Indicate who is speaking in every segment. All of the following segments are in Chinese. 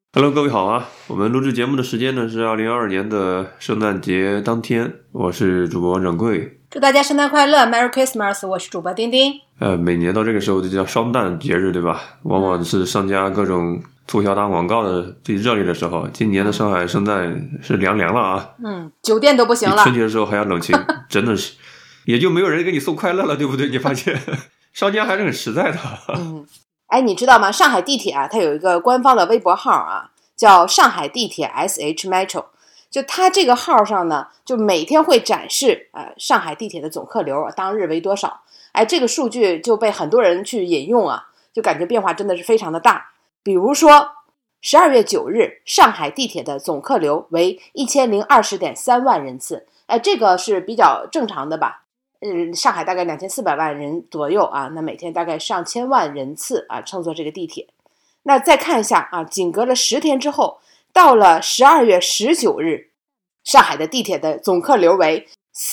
Speaker 1: Hello，各位好啊！我们录制节目的时间呢是2022年的圣诞节当天，我是主播王掌柜。
Speaker 2: 祝大家圣诞快乐 ，Merry Christmas！ 我是主播丁丁。
Speaker 1: 每年到这个时候就叫圣诞节日，对吧？往往是商家各种促销打广告的最热烈的时候。今年的上海圣诞是凉了啊！
Speaker 2: 酒店都不行了。
Speaker 1: 春节的时候还要冷清，真的是，也就没有人给你送快乐了，对不对？你发现商家还是很实在的。
Speaker 2: 哎，你知道吗？上海地铁啊，它有一个官方的微博号啊，叫上海地铁 SH Metro。就它这个号上呢，就每天会展示上海地铁的总客流当日为多少。哎，这个数据就被很多人去引用啊，就感觉变化真的是非常的大。比如说12月9日，上海地铁的总客流为1020.3万人次。哎，这个是比较正常的吧？上海大概2400万人左右啊，那每天大概上千万人次啊，乘坐这个地铁。那再看一下啊，仅隔了10天之后，到了12月19日，上海的地铁的总客流为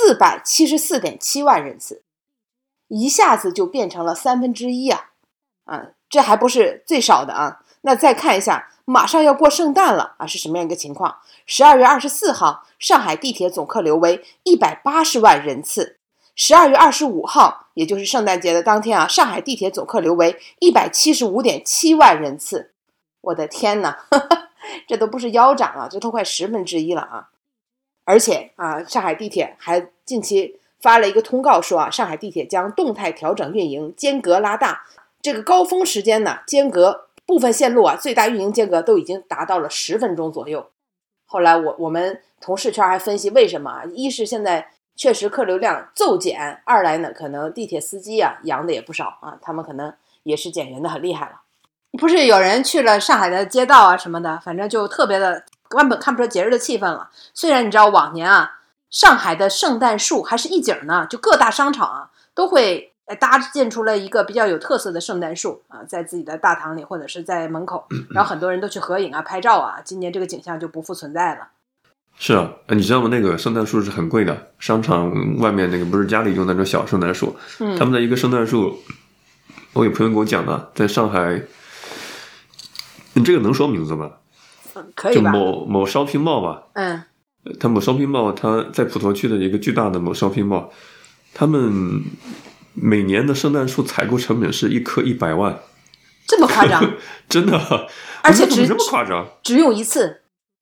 Speaker 2: 474.7万人次，一下子就变成了1/3啊！这还不是最少的啊。那再看一下，马上要过圣诞了啊，是什么样一个情况？12月24号，上海地铁总客流为180万人次。12月25号，也就是圣诞节的当天啊，上海地铁总客流为175.7万人次。我的天哪，这都不是腰斩了，这都快1/10了啊！而且啊，上海地铁还近期发了一个通告说啊，上海地铁将动态调整运营，间隔拉大。这个高峰时间呢，间隔部分线路啊，最大运营间隔都已经达到了10分钟左右。后来我们同事圈还分析为什么啊，一是现在确实客流量骤减，二来呢，可能地铁司机啊阳的也不少啊，他们可能也是减员的很厉害了。不是有人去了上海的街道啊什么的，反正就特别的根本看不出节日的气氛了。虽然你知道往年啊，上海的圣诞树还是一景呢，就各大商场啊都会搭建出了一个比较有特色的圣诞树啊，在自己的大堂里或者是在门口，然后很多人都去合影啊拍照啊。今年这个景象就不复存在了。
Speaker 1: 是啊，你知道吗？那个圣诞树是很贵的，商场外面那个不是家里用那种小圣诞树，他们的一个圣诞树，我有朋友跟我讲的，在上海，你这个能说名字吗？
Speaker 2: 可以吧？
Speaker 1: 就某 shopping mall 吧。他某 shopping mall，他在普陀区的一个巨大的某 shopping mall，他们每年的圣诞树采购成本是1棵100万，
Speaker 2: 这么夸张？
Speaker 1: 真的，
Speaker 2: 而且
Speaker 1: 这么夸张，
Speaker 2: 只用一次。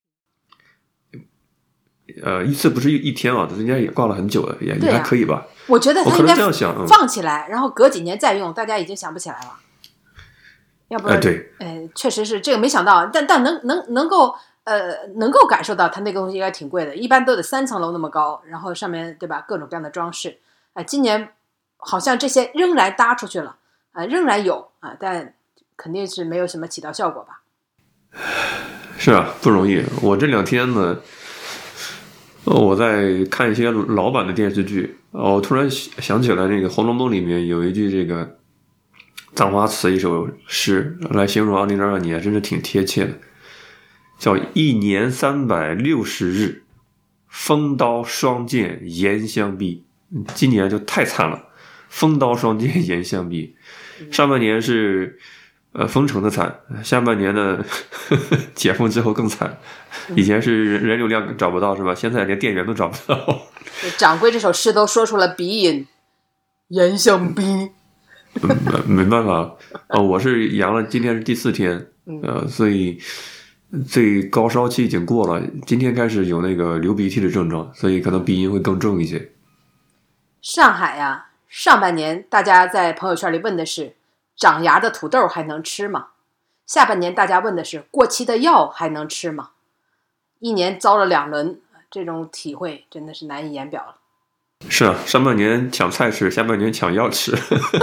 Speaker 1: 一次不是一天啊，人家也挂了很久了，也还可以吧。
Speaker 2: 我觉得他应该
Speaker 1: 这样想，
Speaker 2: 放起来，然后隔几年再用，大家已经想不起来了。要不然，
Speaker 1: 对，
Speaker 2: 确实是这个没想到，但能够感受到它那个东西应该挺贵的，一般都得3层楼那么高，然后上面对吧各种各样的装饰。今年好像这些仍然搭出去了仍然有但肯定是没有什么起到效果吧。
Speaker 1: 是啊，不容易。我这2天呢，我在看一些老版的电视剧，我突然想起来那个《红楼梦》里面有一句这个葬花词，一首诗来形容2022年，真是挺贴切的，叫1年360日，风刀霜剑严相逼。今年就太惨了，风刀霜剑严相逼。上半年是封城的惨，下半年呢解封之后更惨。以前是人流量找不到是吧？现在连店员都找不到。
Speaker 2: 掌柜这首诗都说出了鼻音，严相逼。
Speaker 1: 没办法我是阳了，今天是第4天，所以最高烧期已经过了，今天开始有那个流鼻涕的症状，所以可能鼻音会更重一些。
Speaker 2: 上海呀，上半年大家在朋友圈里问的是长牙的土豆还能吃吗？下半年大家问的是过期的药还能吃吗？一年遭了2轮，这种体会真的是难以言表了。
Speaker 1: 是啊，上半年抢菜吃，下半年抢药吃。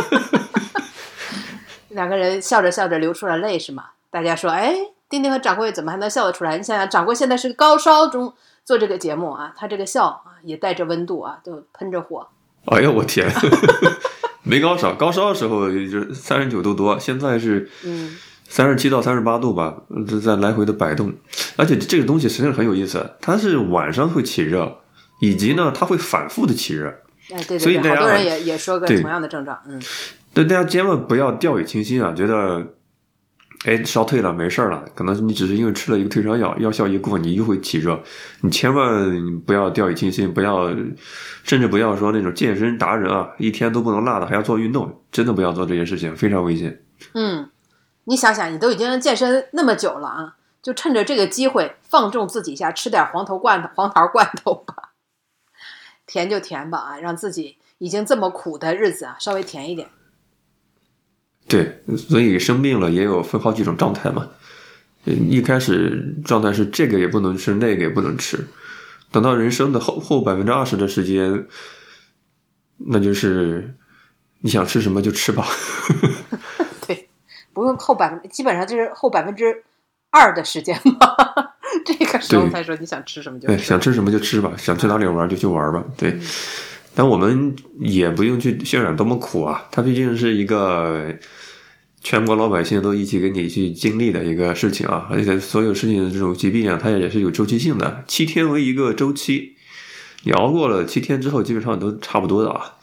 Speaker 2: 2个人笑着笑着流出了泪是吗？大家说丁丁和掌柜怎么还能笑得出来？你想想，掌柜现在是高烧中做这个节目啊，他这个笑也带着温度都喷着火。
Speaker 1: 哎呀我天。没高烧，高烧的时候也就39度多，现在是37到38度吧，在来回的摆动。而且这个东西实际上很有意思，它是晚上会起热，以及呢它会反复的起热。
Speaker 2: 对，
Speaker 1: 所以大家
Speaker 2: 好多人也说个同样的症状。
Speaker 1: 对，大家千万不要掉以轻心啊，觉得哎，烧退了，没事了，可能你只是因为吃了一个退烧药，药效一过，你又会起热。你千万不要掉以轻心，不要，甚至不要说那种健身达人啊，一天都不能落的，还要做运动，真的不要做这些事情，非常危险。
Speaker 2: 你想想，你都已经健身那么久了啊，就趁着这个机会放纵自己一下，吃点黄桃罐头吧，甜就甜吧啊，让自己已经这么苦的日子啊稍微甜一点。
Speaker 1: 对，所以生病了也有分好几种状态嘛。一开始状态是这个也不能吃，那个也不能吃。等到人生的后20%的时间，那就是你想吃什么就吃吧。
Speaker 2: 对，不用基本上就是后2%的时间吧。这个时候才说你想吃什么就吃。
Speaker 1: 对，想吃什么就吃吧，想去哪里玩就去玩吧。对，但我们也不用去渲染多么苦啊，它毕竟是一个全国老百姓都一起跟你去经历的一个事情啊，而且所有事情的这种疾病啊，它也是有周期性的，7天为一个周期，你熬过了7天之后，基本上都差不多的啊。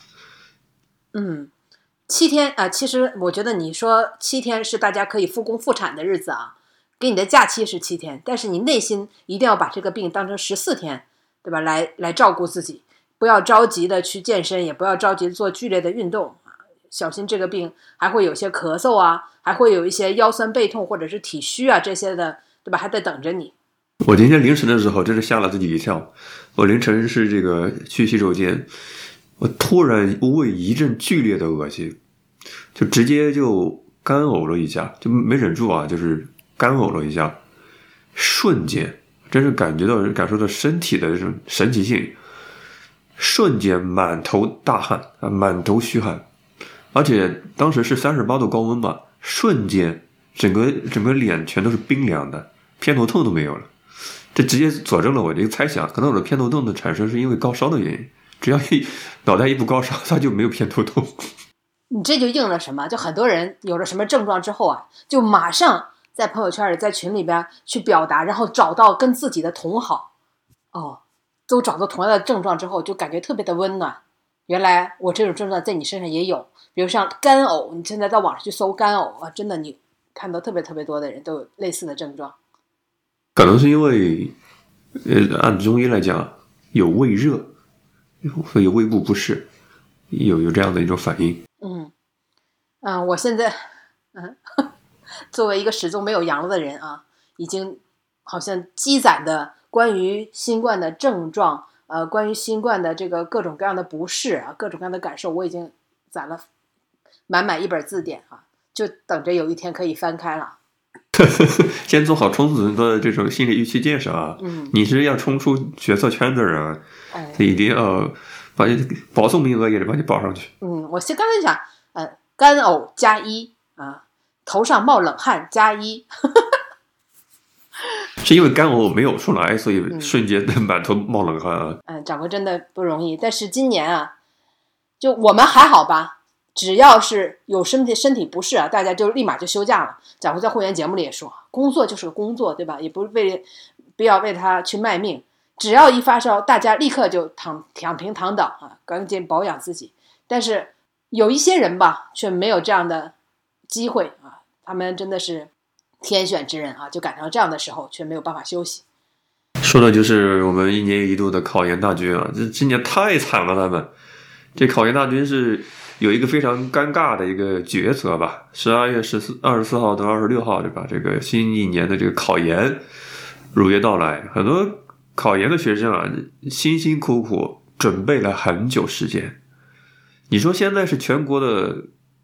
Speaker 2: 7天啊，其实我觉得你说7天是大家可以复工复产的日子啊，给你的假期是7天，但是你内心一定要把这个病当成14天，对吧？来照顾自己，不要着急的去健身，也不要着急做剧烈的运动。小心这个病还会有些咳嗽啊，还会有一些腰酸背痛或者是体虚啊这些的，对吧？还在等着你。
Speaker 1: 我今天凌晨的时候真是吓了自己一跳，我凌晨是这个去洗手间，我突然胃一阵剧烈的恶心，就直接就干呕了一下，就没忍住啊，就是干呕了一下，瞬间真是感受到身体的这种神奇性，瞬间满头大汗啊，满头虚汗。而且当时是38度高温吧，瞬间整个脸全都是冰凉的，偏头痛都没有了。这直接佐证了我的一个猜想，可能我的偏头痛的产生是因为高烧的原因，只要脑袋一不高烧，它就没有偏头痛。
Speaker 2: 你这就应了什么？就很多人有了什么症状之后啊，就马上在朋友圈里、在群里边去表达，然后找到跟自己的同好，都找到同样的症状之后，就感觉特别的温暖。原来我这种症状在你身上也有，比如像干呕，你现在在网上去搜干呕啊，真的你看到特别特别多的人都有类似的症状。
Speaker 1: 可能是因为按中医来讲有胃热，会有胃部不适，有这样的一种反应。
Speaker 2: 我现在作为一个始终没有阳了的人啊，已经好像积攒的关于新冠的症状，关于新冠的这个各种各样的不适啊，各种各样的感受，我已经攒了满一本字典啊，就等着有一天可以翻开了。
Speaker 1: 先做好充足的这种心理预期建设啊！你是要冲出决策圈的人啊，一定要把保送名额也得把你保上去。
Speaker 2: 我刚才想，干呕+1啊，头上冒冷汗+1。
Speaker 1: 是因为干呕没有出来，所以瞬间满头冒冷汗啊。
Speaker 2: 掌柜真的不容易，但是今年啊，就我们还好吧，只要是有身体不适啊，大家就立马就休假了。掌柜在会员节目里也说，工作就是个工作，对吧？也不要为他去卖命。只要一发烧，大家立刻就躺平躺倒啊，赶紧保养自己。但是有一些人吧，却没有这样的机会啊，他们真的是天选之人啊，就赶上这样的时候，却没有办法休息。
Speaker 1: 说的就是我们1年1度的考研大军啊，这今年太惨了，他们这考研大军是有一个非常尴尬的一个抉择吧。12月24号到26号，对吧？这个新一年的这个考研如约到来，很多考研的学生啊，辛辛苦苦准备了很久时间。你说现在是全国的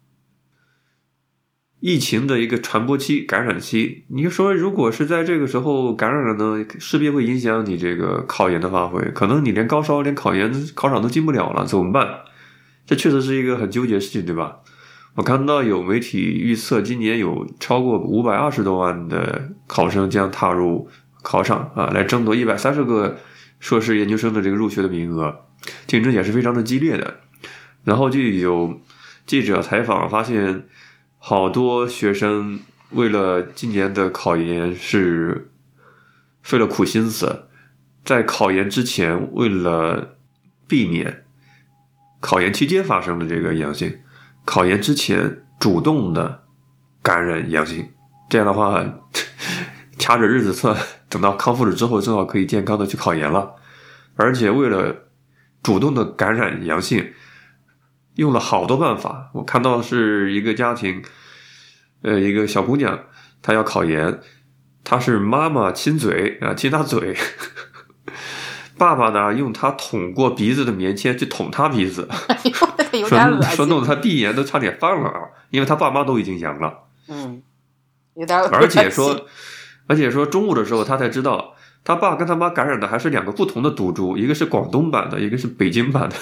Speaker 1: 疫情的一个传播期、感染期，你说如果是在这个时候感染了呢，势必会影响你这个考研的发挥，可能你连高烧、连考场都进不了了，怎么办？这确实是一个很纠结的事情，对吧？我看到有媒体预测，今年有超过520多万的考生将踏入考场啊，来争夺130个硕士研究生的这个入学的名额，竞争也是非常的激烈的。然后就有记者采访发现，好多学生为了今年的考研是费了苦心思，在考研之前为了避免考研期间发生的这个阳性，考研之前主动的感染阳性， 这样的话掐着日子测，等到康复了之后正好可以健康的去考研了。而且为了主动的感染阳性，用了好多办法。我看到是一个家庭，一个小姑娘，她要考研，她是妈妈亲嘴啊，亲她嘴，爸爸呢用他捅过鼻子的棉签去捅她鼻子，
Speaker 2: 有点恶心，
Speaker 1: 说弄得她闭眼都差点犯了啊，因为她爸妈都已经阳了。
Speaker 2: 有点恶心。
Speaker 1: 而且说中午的时候他才知道他爸跟他妈感染的还是两个不同的毒株，一个是广东版的，一个是北京版的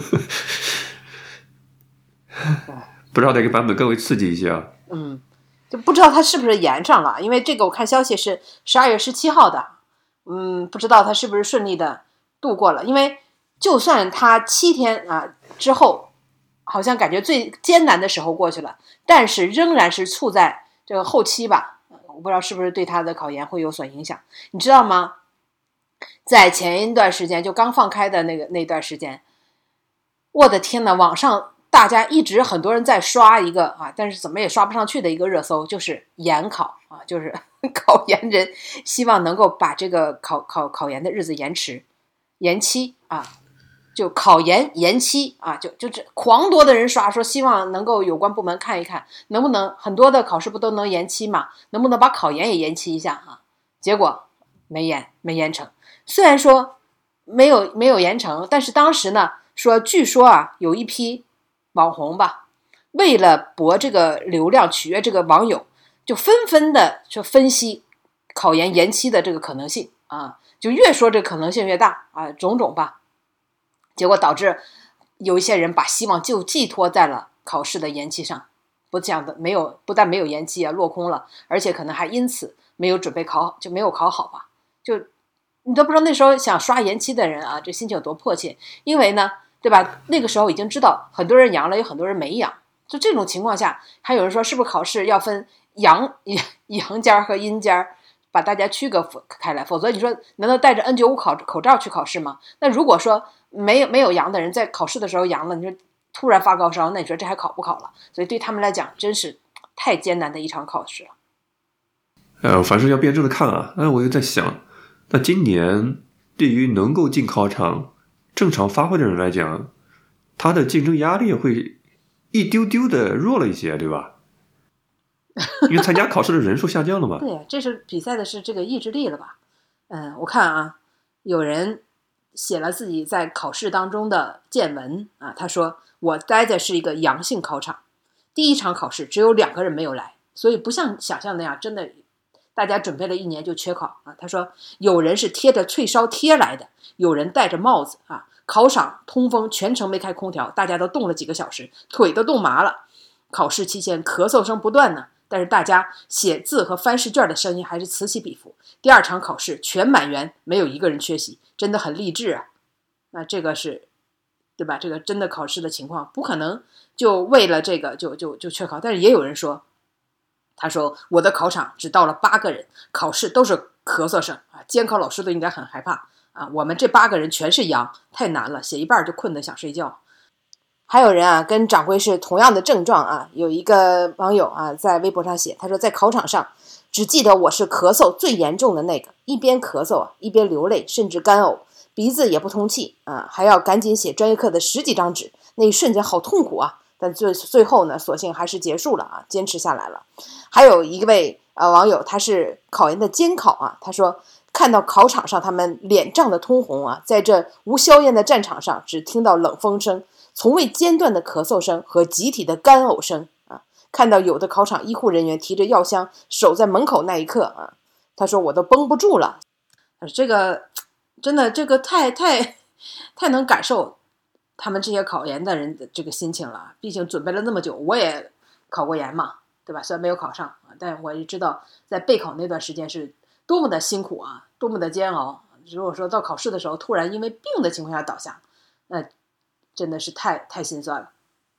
Speaker 1: 不知道哪个版本更为刺激一些啊。
Speaker 2: 就不知道他是不是延上了，因为这个我看消息是12月17号的，不知道他是不是顺利的度过了。因为就算他7天啊之后，好像感觉最艰难的时候过去了，但是仍然是处在这个后期吧。我不知道是不是对他的考研会有所影响。你知道吗？在前一段时间就刚放开的那段时间，我的天呐，网上大家一直很多人在刷一个但是怎么也刷不上去的一个热搜，就是研考就是考研人希望能够把这个考研的日子延期就考研延期就这狂多的人刷，说希望能够有关部门看一看，能不能很多的考试不都能延期嘛？能不能把考研也延期一下结果没延成。虽然说没有延成，但是当时呢据说有一批网红吧，为了博这个流量，取悦这个网友，就纷纷的说分析考研延期的这个可能性就越说这个可能性越大种种吧。结果导致有一些人把希望就寄托在了考试的延期上，不但没有延期落空了，而且可能还因此没有准备考，就没有考好吧。就你都不知道那时候想刷延期的人这心情有多迫切，因为呢，对吧？那个时候已经知道很多人阳了，有很多人没阳。就这种情况下，还有人说是不是考试要分阳间和阴间，把大家区隔开来，否则你说难道戴着 N95 口罩去考试吗？那如果说没有阳的人在考试的时候阳了，你说突然发高烧，那你说这还考不考了？所以对他们来讲真是太艰难的一场考试了。
Speaker 1: 凡事要辩证的看我又在想，那今年对于能够进考场正常发挥的人来讲，他的竞争压力会一丢丢的弱了一些，对吧？因为参加考试的人数下降了嘛。
Speaker 2: 对，这是比赛的是这个意志力了吧？我看有人写了自己在考试当中的见闻他说我待的是一个阳性考场，第一场考试只有2个人没有来，所以不像想象那样真的大家准备了1年就缺考他说有人是贴着退烧贴来的，有人戴着帽子考场通风，全程没开空调，大家都冻了几个小时，腿都冻麻了。考试期间咳嗽声不断呢，但是大家写字和翻试卷的声音还是此起彼伏。第2场考试全满员，没有1个人缺席，真的很励志那这个是对吧？这个真的考试的情况不可能就为了这个就缺考。但是也有人说，他说我的考场只到了8个人，考试都是咳嗽声监考老师都应该很害怕我们这8个人全是阳，太难了，写一半就困得想睡觉。还有人跟掌柜是同样的症状有一个网友在微博上写，他说在考场上只记得我是咳嗽最严重的那个，一边咳嗽一边流泪，甚至干呕，鼻子也不通气还要赶紧写专业课的10几张纸，那一瞬间好痛苦但最后呢，索性还是结束了坚持下来了。还有一位网友，他是考研的监考他说看到考场上他们脸涨得通红在这无硝烟的战场上，只听到冷风声，从未间断的咳嗽声和集体的干呕声看到有的考场医护人员提着药箱守在门口那一刻他说我都绷不住了。这个真的这个太能感受他们这些考研的人的这个心情了。毕竟准备了那么久，我也考过研嘛，对吧？虽然没有考上但我也知道在备考那段时间是多么的辛苦多么的煎熬。如果说到考试的时候突然因为病的情况下倒下，那真的是太心酸了。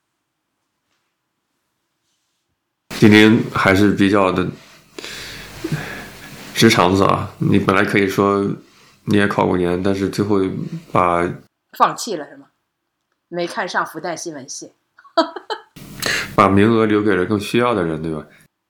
Speaker 1: 今天还是比较的直肠子你本来可以说你也考过研，但是最后
Speaker 2: 放弃了是吗？没看上复旦新闻系
Speaker 1: 把名额留给了更需要的人，对吧？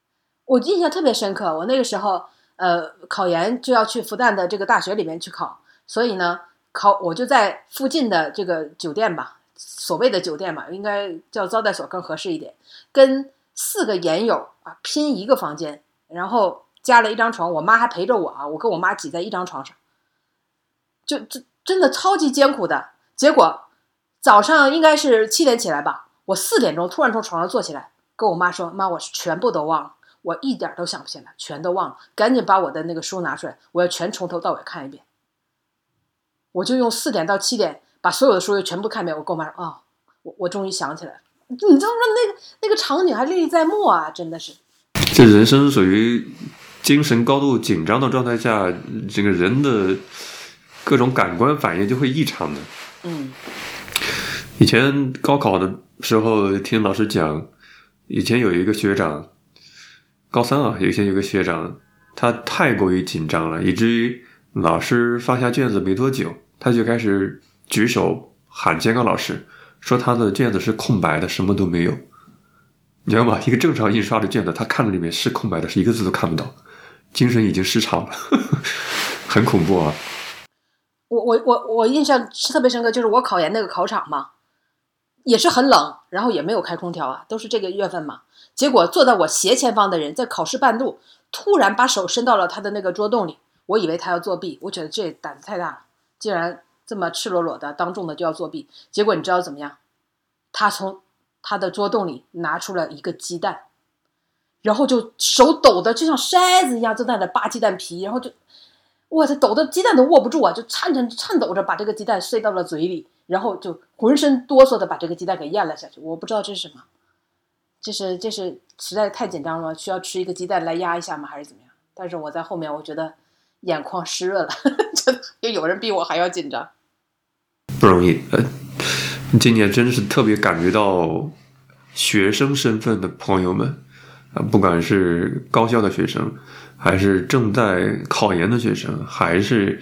Speaker 2: 我印象特别深刻。我那个时候考研就要去复旦的这个大学里面去考，所以呢我就在附近的这个酒店吧，所谓的酒店吧，应该叫招待所更合适一点，跟4个研友啊拼一个房间，然后加了一张床，我妈还陪着我啊，我跟我妈挤在一张床上，就真的超级艰苦的。结果早上应该是7点起来吧，我4点钟突然从床上坐起来，跟我妈说：“妈，我全部都忘了，我一点都想不起来，全都忘了，赶紧把我的那个书拿出来，我要全从头到尾看一遍。”我就用4点到7点把所有的书全部看一遍。我跟我妈说：“哦，我终于想起来了。”你知道那个场景还历历在目啊，真的是。
Speaker 1: 这人生属于精神高度紧张的状态下，这个人的各种感官反应就会异常的。以前高考的时候听老师讲，以前有一个学长，高3啊，以前有个学长，他太过于紧张了，以至于老师发下卷子没多久，他就开始举手喊监考老师，说他的卷子是空白的，什么都没有。你知道吗？一个正常印刷的卷子，他看着里面是空白的，是一个字都看不到，精神已经失常了，很恐怖啊！
Speaker 2: 我印象特别深刻，就是我考研那个考场嘛，也是很冷，然后也没有开空调啊，都是这个月份嘛。结果坐在我斜前方的人在考试半路突然把手伸到了他的那个桌洞里，我以为他要作弊，我觉得这胆子太大了，竟然这么赤裸裸的当众的就要作弊。结果你知道怎么样？他从他的桌洞里拿出了一个鸡蛋，然后就手抖的就像筛子一样，就在那扒鸡蛋皮，然后就哇，这抖的鸡蛋都握不住啊，就颤抖着把这个鸡蛋塞到了嘴里，然后就浑身哆嗦的把这个鸡蛋给咽了下去。我不知道这是什么，这是实在太紧张了，需要吃一个鸡蛋来压一下吗？还是怎么样？但是我在后面，我觉得眼眶湿润了，真的有人比我还要紧张，
Speaker 1: 不容易。今年真是特别感觉到学生身份的朋友们，不管是高校的学生，还是正在考研的学生，还是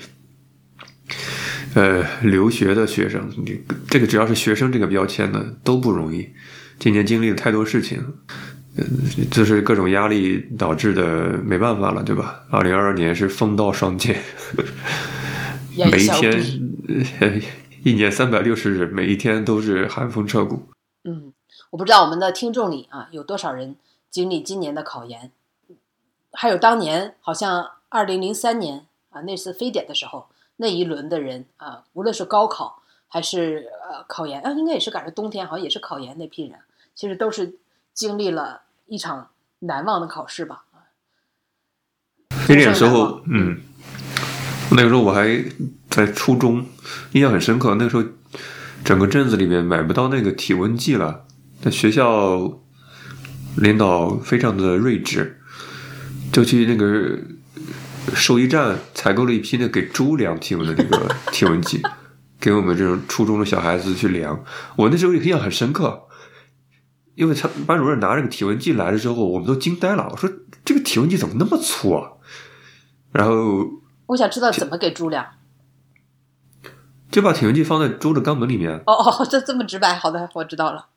Speaker 1: 留学的学生，这个只要是学生这个标签的都不容易。今年经历了太多事情，这是各种压力导致的，没办法了，对吧？2022年是风刀霜剑，每一天一年360日，每一天都是寒风彻骨。
Speaker 2: 我不知道我们的听众里啊有多少人经历今年的考研，还有当年好像2003年啊那次非典的时候那一轮的人啊，无论是高考还是考研啊，应该也是赶上冬天，好像也是考研那批人，其实都是经历了一场难忘的考试吧。
Speaker 1: 非典的时候，那个时候我还在初中，印象很深刻。那个时候，整个镇子里面买不到那个体温计了。那学校领导非常的睿智，就去那个兽医站采购了一批那给猪量体温的那个体温计，给我们这种初中的小孩子去量。我那时候印象很深刻，因为他班主任拿这个体温计来了之后，我们都惊呆了。我说这个体温计怎么那么粗啊？然后
Speaker 2: 我想知道怎么给猪量，
Speaker 1: 就把体温计放在猪的肛门里面。
Speaker 2: 这么直白，好的，我知道了。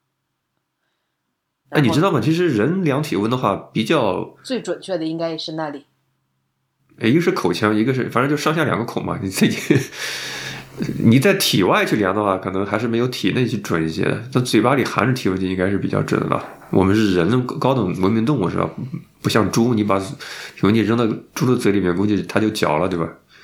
Speaker 1: 你知道吗？其实人量体温的话，比较
Speaker 2: 最准确的应该是那里。
Speaker 1: 一个是口腔，一个是反正就上下2个孔嘛。你自己你在体外去量的话，可能还是没有体内去准一些。但嘴巴里含着体温计应该是比较准的了。我们是人高等文明动物是吧？不像猪，你把体温计扔到猪的嘴里面，估计它就嚼了，对吧？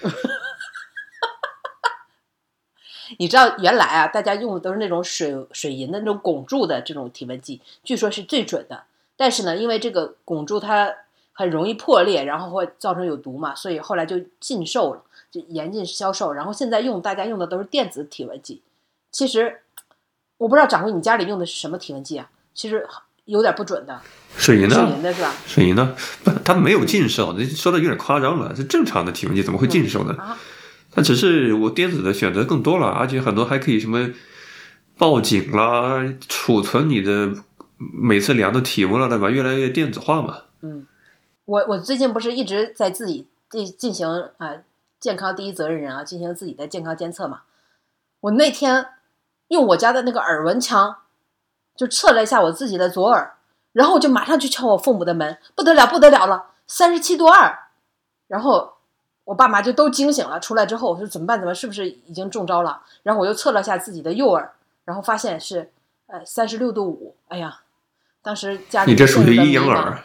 Speaker 2: 你知道原来啊，大家用的都是那种水银的那种汞柱的这种体温计，据说是最准的。但是呢，因为这个汞柱它很容易破裂，然后会造成有毒嘛，所以后来就禁售了，就严禁销售。然后现在大家用的都是电子体温计。其实我不知道掌柜你家里用的是什么体温计啊？其实有点不准的。
Speaker 1: 水银
Speaker 2: 的是吧？
Speaker 1: 水银的，不，它没有禁售，你说的有点夸张了。是正常的体温计怎么会禁售呢？它只是我电子的选择更多了，而且很多还可以什么报警啦、储存你的每次量的体温了，对吧？越来越电子化嘛。
Speaker 2: 我最近不是一直在自己进行健康第一责任人啊，进行自己的健康监测嘛。我那天用我家的那个耳温枪，就测了一下我自己的左耳， 然后我就马上去敲我父母的门，不得了不得了了，37度2。然后我爸妈就都惊醒了，出来之后我说怎么办？是不是已经中招了？然后我又测了下自己的右耳，然后发现是36度5。哎呀，当时家里
Speaker 1: 你这属于阴阳耳，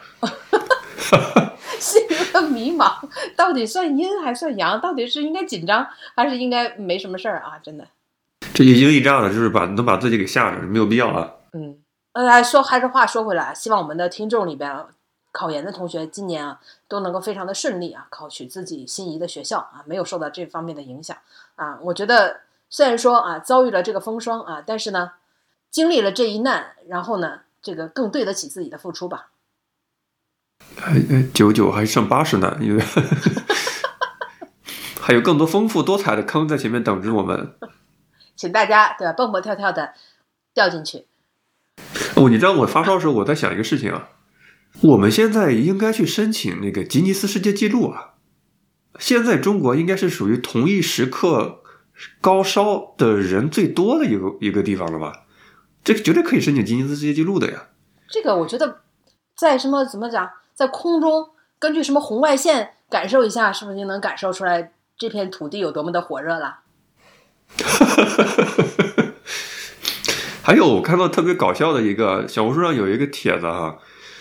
Speaker 2: 陷入了迷茫，到底算阴还算阳？到底是应该紧张还是应该没什么事儿啊？真的，
Speaker 1: 这一惊一乍的，就是能把自己给吓着，没有必要啊。
Speaker 2: 还是话说回来，希望我们的听众里边考研的同学今年啊都能够非常的顺利啊，考取自己心仪的学校啊，没有受到这方面的影响啊。我觉得虽然说啊遭遇了这个风霜啊，但是呢经历了这一难，然后呢这个更对得起自己的付出吧。
Speaker 1: 99还剩80难，因为还有更多丰富多彩的坑在前面等着我们，
Speaker 2: 请大家对吧蹦蹦跳跳的掉进去。
Speaker 1: 你知道我发烧的时候我在想一个事情啊，我们现在应该去申请那个吉尼斯世界纪录啊。现在中国应该是属于同一时刻高烧的人最多的一个地方了吧？这个绝对可以申请吉尼斯世界纪录的呀。
Speaker 2: 这个我觉得在怎么讲，在空中根据什么红外线感受一下，是不是就能感受出来这片土地有多么的火热了？
Speaker 1: 还有我看到特别搞笑的一个小红书上有一个帖子哈，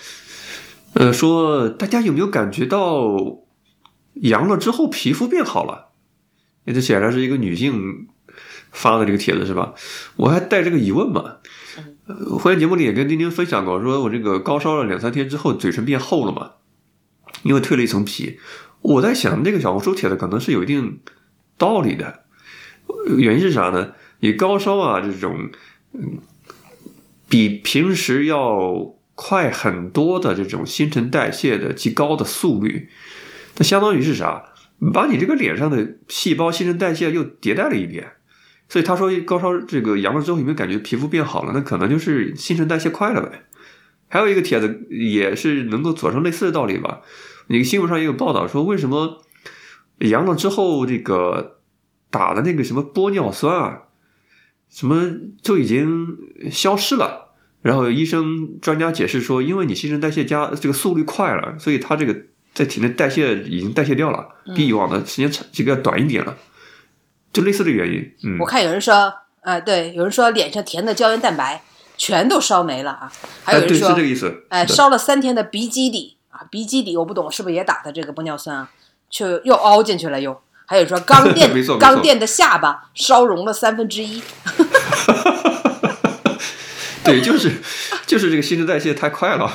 Speaker 1: 说大家有没有感觉到阳了之后皮肤变好了？这显然是一个女性发的这个帖子是吧？我还带这个疑问嘛。会员节目里也跟丁丁分享过，说我这个高烧了2-3天之后嘴唇变厚了嘛，因为蜕了一层皮。我在想这个小红书帖子可能是有一定道理的，原因是啥呢？你高烧啊这种比平时要快很多的这种新陈代谢的极高的速率，那相当于是啥？把你这个脸上的细胞新陈代谢又迭代了一遍。所以他说高烧这个阳了之后有没有感觉皮肤变好了？那可能就是新陈代谢快了呗。还有一个帖子也是能够佐证类似的道理吧。那个新闻上也有报道说，为什么阳了之后这个打的那个什么玻尿酸啊，什么就已经消失了。然后医生专家解释说，因为你新陈代谢这个速率快了，所以它这个在体内代谢已经代谢掉了，比以往的时间这个短一点了。就类似的原因。
Speaker 2: 我看有人说对，有人说脸上填的胶原蛋白全都烧没了啊，还有人说
Speaker 1: 对，是这个意思。
Speaker 2: 烧了3天的鼻基底啊，鼻基底我不懂是不是也打的这个玻尿酸啊，就又凹进去了又。还有说钢电的下巴烧融了1/3。
Speaker 1: 对，就是这个新陈代谢太快了。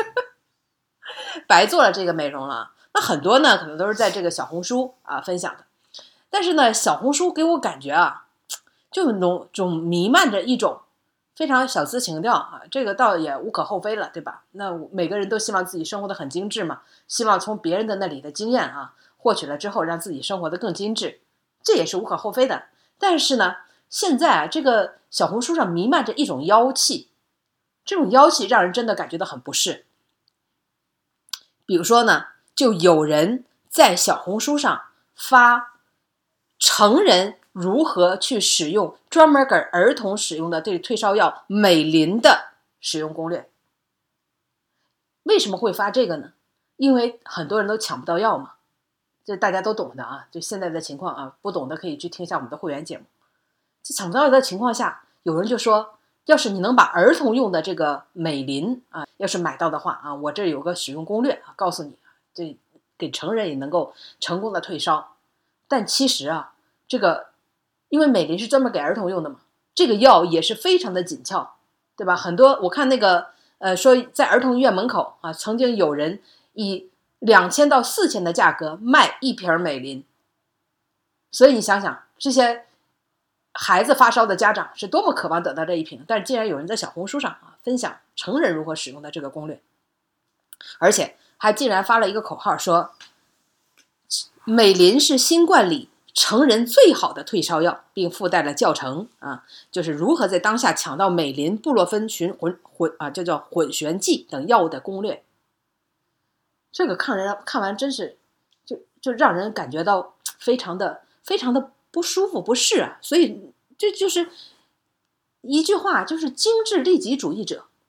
Speaker 2: 白做了这个美容了。那很多呢可能都是在这个小红书啊分享的。但是呢，小红书给我感觉啊，就总弥漫着一种非常小资情调啊，这个倒也无可厚非了，对吧？那每个人都希望自己生活的很精致嘛，希望从别人的那里的经验啊获取了之后，让自己生活的更精致，这也是无可厚非的。但是呢，现在啊，这个小红书上弥漫着一种妖气，这种妖气让人真的感觉到很不适。比如说呢，就有人在小红书上发成人如何去使用专门给儿童使用的这个退烧药美林的使用攻略。为什么会发这个呢？因为很多人都抢不到药嘛，这大家都懂的啊，就现在的情况啊，不懂的可以去听一下我们的会员节目。这抢不到药的情况下，有人就说，要是你能把儿童用的这个美林啊，要是买到的话啊，我这有个使用攻略啊，告诉你，这给成人也能够成功的退烧。但其实啊，这个因为美林是专门给儿童用的嘛，这个药也是非常的紧俏，对吧？很多我看那个说在儿童医院门口啊，曾经有人以2000到4000的价格卖1瓶美林。所以你想想，这些孩子发烧的家长是多么渴望得到这一瓶，但是竟然有人在小红书上啊分享成人如何使用的这个攻略，而且还竟然发了一个口号说，美林是新冠里成人最好的退烧药，并附带了教程啊，就是如何在当下抢到美林、布洛芬叫混旋剂等药物的攻略。这个看完真是就让人感觉到非常的不舒服不适啊。所以这就是一句话，就是精致利己主义者。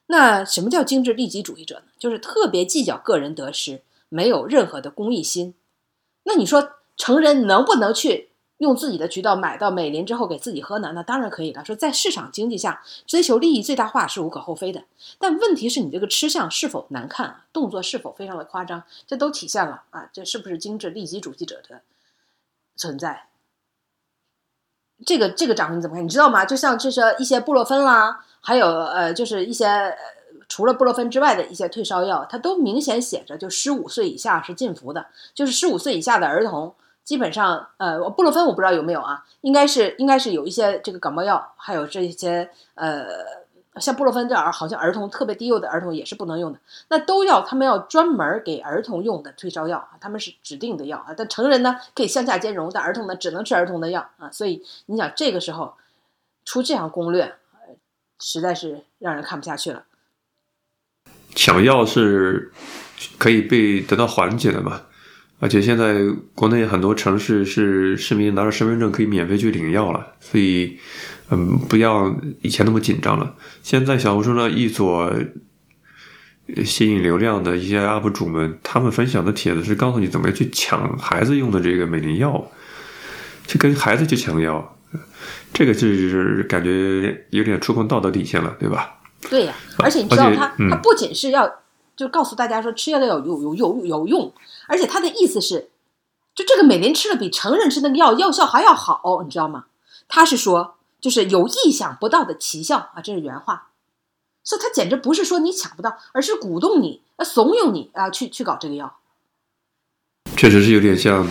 Speaker 2: 那什么叫精致利己主义者呢？就是特别计较个人得失，没有任何的公益心。那你说成人能不能去用自己的渠道买到美林之后给自己喝呢？那当然可以了。说在市场经济下追求利益最大化是无可厚非的，但问题是你这个吃相是否难看啊，动作是否非常的夸张，这都体现了啊，这是不是精致利己主义者的存在？这个掌柜你怎么看？你知道吗？就像就是一些布洛芬啦，还有就是一些除了布洛芬之外的一些退烧药，它都明显写着就15岁以下是禁服的，就是15岁以下的儿童。基本上，布洛芬我不知道有没有啊，应该是有一些这个感冒药，还有这些像布洛芬这好像儿童特别低幼的儿童也是不能用的，那他们要专门给儿童用的退烧药啊，他们是指定的药啊，但成人呢可以相下兼容，但儿童呢只能吃儿童的药啊，所以你想这个时候出这样攻略，实在是让人看不下去了。
Speaker 1: 抢药是可以得到缓解的嘛？而且现在国内很多城市是市民拿着身份证可以免费去领药了，所以不要以前那么紧张了。现在小红书呢，一所吸引流量的一些 UP 主们，他们分享的帖子是告诉你怎么去抢孩子用的这个美林药，去跟孩子去抢药，这个就是感觉有点触碰道德底线了，对吧？
Speaker 2: 对呀，而且你知道他不仅是要就告诉大家说吃药要有用，而且他的意思是，就这个美林吃了比成人吃那个药效还要好，你知道吗？他是说就是有意想不到的奇效啊，这是原话。所以他简直不是说你抢不到，而是鼓动你、怂恿你啊去搞这个药。
Speaker 1: 确实是有点像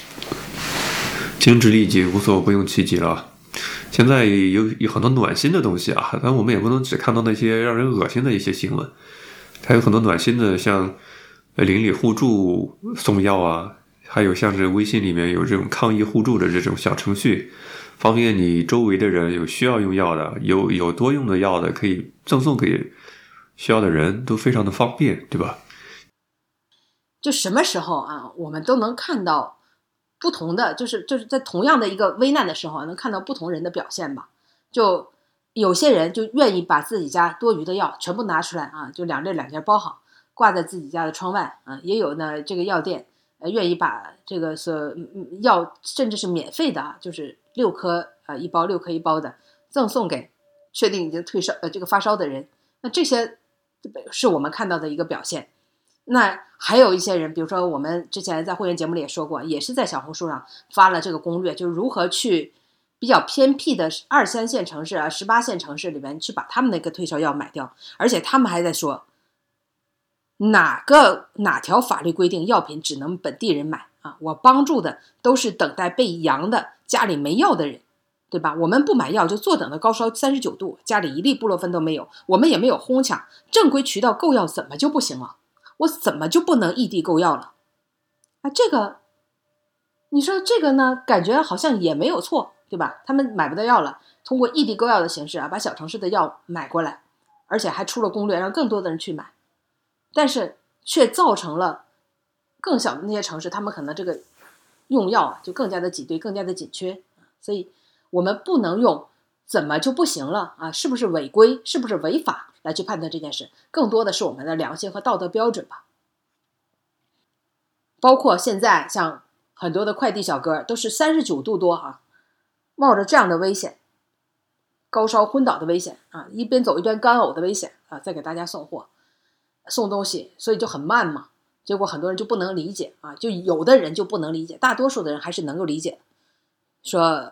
Speaker 1: 精致利己，无所不用其极了。现在有很多暖心的东西啊，但我们也不能只看到那些让人恶心的一些新闻，还有很多暖心的，像邻里互助送药啊，还有像是微信里面有这种抗疫互助的这种小程序，方便你周围的人有需要用药的，有多用的药的，可以赠送给需要的人，都非常的方便，对吧？
Speaker 2: 就什么时候啊，我们都能看到不同的，就是在同样的一个危难的时候，能看到不同人的表现吧。就有些人就愿意把自己家多余的药全部拿出来啊，就两件包好，挂在自己家的窗外啊。也有呢，这个药店愿意把这个药甚至是免费的啊，就是6颗一包的赠送给确定已经退烧这个发烧的人。那这些是我们看到的一个表现。那还有一些人，比如说我们之前在会员节目里也说过，也是在小红书上发了这个攻略，就是如何去比较偏僻的2、3线城市啊、18线城市里面去把他们那个退烧药买掉，而且他们还在说哪条法律规定药品只能本地人买啊？我帮助的都是等待被阳的家里没药的人，对吧？我们不买药就坐等的高烧39度，家里1粒布洛芬都没有，我们也没有哄抢，正规渠道购药怎么就不行了？我怎么就不能异地购药了？啊，这个你说这个呢，感觉好像也没有错，对吧？他们买不到药了，通过异地购药的形式啊，把小城市的药买过来，而且还出了攻略，让更多的人去买，但是却造成了更小的那些城市，他们可能这个用药啊就更加的挤兑，更加的紧缺。所以我们不能用怎么就不行了啊？是不是违规？是不是违法来去判断这件事？更多的是我们的良心和道德标准吧。包括现在像很多的快递小哥都是39度多啊，冒着这样的危险，高烧昏倒的危险啊，一边走一边干呕的危险啊，再给大家送货送东西，所以就很慢嘛。结果很多人就不能理解啊，就有的人就不能理解，大多数的人还是能够理解，说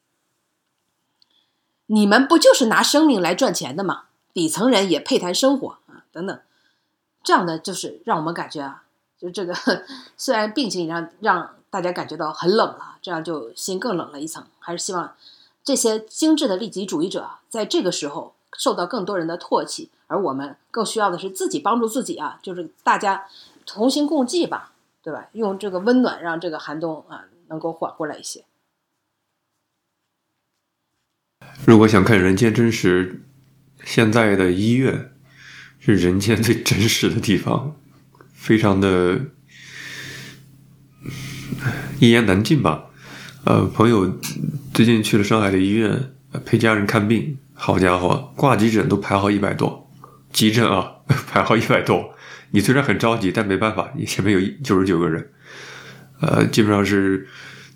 Speaker 2: 你们不就是拿生命来赚钱的吗？底层人也配谈生活啊，等等，这样的就是让我们感觉啊，就这个虽然病情让大家感觉到很冷了，这样就心更冷了一层。还是希望这些精致的利己主义者在这个时候受到更多人的唾弃，而我们更需要的是自己帮助自己啊，就是大家同心共济吧，对吧？用这个温暖让这个寒冬啊能够缓过来一些。
Speaker 1: 如果想看人间真实，现在的医院是人间最真实的地方，非常的一言难尽吧。朋友最近去了上海的医院陪家人看病，好家伙，挂急诊都排好100多， 急诊啊，排号100多，你虽然很着急，但没办法，你前面有99个人，基本上是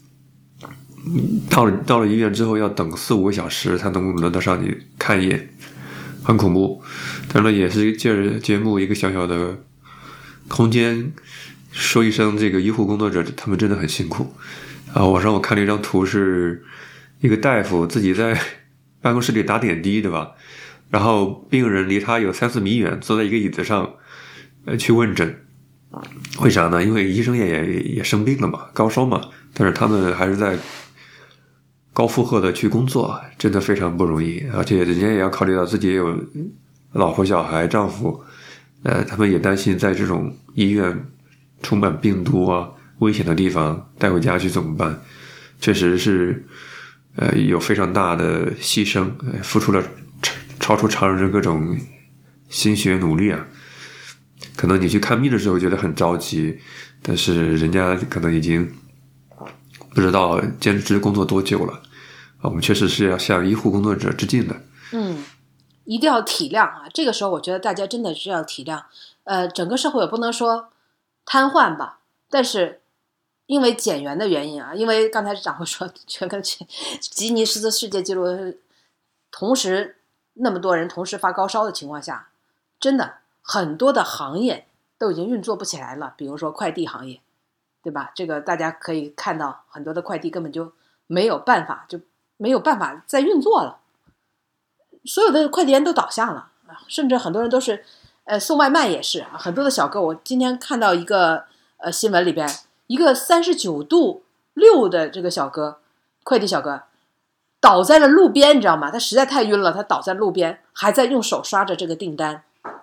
Speaker 1: 到了医院之后要等4-5个小时才能轮得上你看一眼，很恐怖。当然也是借着节目一个小小的空间，说一声这个医护工作者他们真的很辛苦啊！网上我看了一张图，是一个大夫自己在办公室里打点滴，对吧？然后病人离他有3-4米远，坐在一个椅子上，去问诊。为啥呢？因为医生也生病了嘛，高烧嘛，但是他们还是在高负荷的去工作，真的非常不容易。而且人家也要考虑到自己也有老婆、小孩、丈夫，他们也担心在这种医院充满病毒啊、危险的地方带回家去怎么办？确实是，有非常大的牺牲，付出了超出常人的各种心血努力啊。可能你去看病的时候觉得很着急，但是人家可能已经不知道坚持工作多久了啊。我们确实是要向医护工作者致敬的。
Speaker 2: 一定要体谅啊！这个时候我觉得大家真的是要体谅。整个社会也不能说瘫痪吧，但是因为减员的原因啊，因为刚才掌柜说全跟吉尼斯的世界纪录，同时那么多人同时发高烧的情况下，真的很多的行业都已经运作不起来了。比如说快递行业，对吧？这个大家可以看到，很多的快递根本就没有办法再运作了。所有的快递员都倒下了，甚至很多人都是，送外卖也是，很多的小哥，我今天看到一个新闻里边，一个39度6的这个小哥，快递小哥，倒在了路边，你知道吗？他实在太晕了，他倒在路边，还在用手刷着这个订单。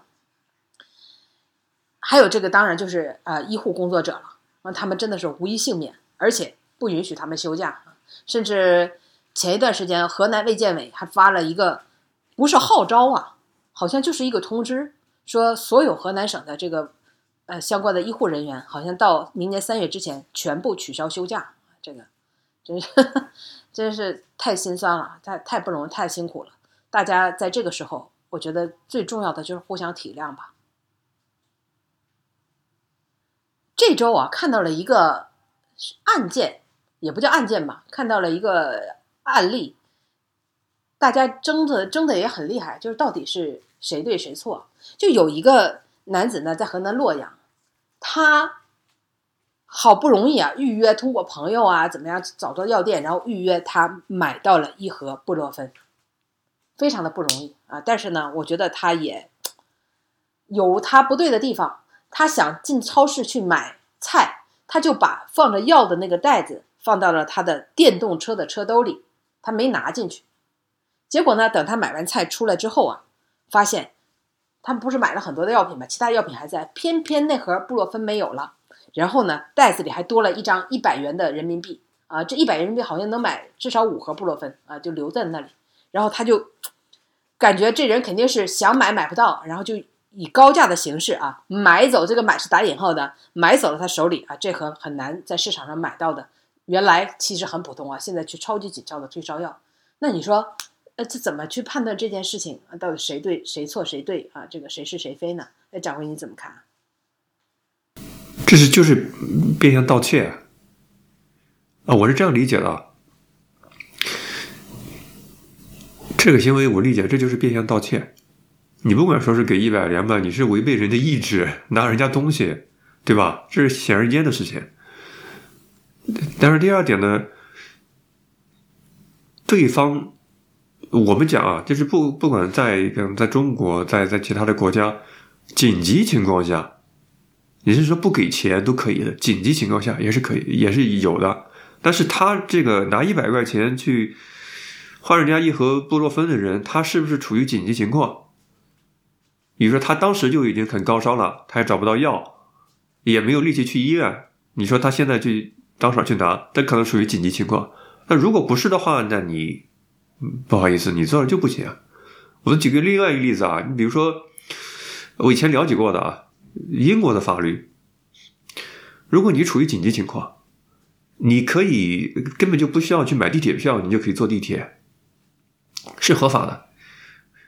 Speaker 2: 还有这个当然就是医护工作者了，他们真的是无一幸免，而且不允许他们休假，甚至前一段时间河南卫健委还发了一个。不是号召啊，好像就是一个通知，说所有河南省的这个相关的医护人员，好像到明年3月之前全部取消休假。这个真是太心酸了，太不容易，太辛苦了。大家在这个时候，我觉得最重要的就是互相体谅吧。这周啊，看到了一个案件，也不叫案件吧，看到了一个案例。大家争的也很厉害，就是到底是谁对谁错。就有一个男子呢，在河南洛阳，他好不容易啊预约，通过朋友啊怎么样找到药店，然后预约他买到了1盒布洛芬，非常的不容易啊。但是呢，我觉得他也有他不对的地方。他想进超市去买菜，他就把放着药的那个袋子放到了他的电动车的车兜里，他没拿进去。结果呢，等他买完菜出来之后啊，发现他们不是买了很多的药品吗？其他药品还在，偏偏那盒布洛芬没有了。然后呢，袋子里还多了一张100元的人民币啊，这100元人民币好像能买至少5盒布洛芬啊，就留在那里。然后他就感觉这人肯定是想买不到，然后就以高价的形式啊买走，这个买是打引号的，买走了他手里啊这盒很难在市场上买到的，原来其实很普通啊，现在去超级紧俏的退烧药。那你说这怎么去判断这件事情到底谁对谁错谁对啊？这个谁是谁非呢？掌柜你怎么看？
Speaker 1: 这就是变相盗窃啊！我是这样理解的。这个行为我理解，这就是变相盗窃。你不管说是给100、200，你是违背人的意志，拿人家东西，对吧？这是显而易见的事情。但是第二点呢，对方。我们讲啊，就是不管在中国，在其他的国家，紧急情况下，也就是说不给钱都可以的，紧急情况下也是可以，也是有的。但是他这个拿100块钱去换人家1盒布洛芬的人，他是不是处于紧急情况？比如说他当时就已经很高烧了，他也找不到药，也没有力气去医院，你说他现在去当场去拿，他可能属于紧急情况。那如果不是的话，那你不好意思，你做了就不行。我举个另外一个例子啊，你比如说我以前了解过的啊，英国的法律，如果你处于紧急情况，你可以根本就不需要去买地铁票，你就可以坐地铁，是合法的。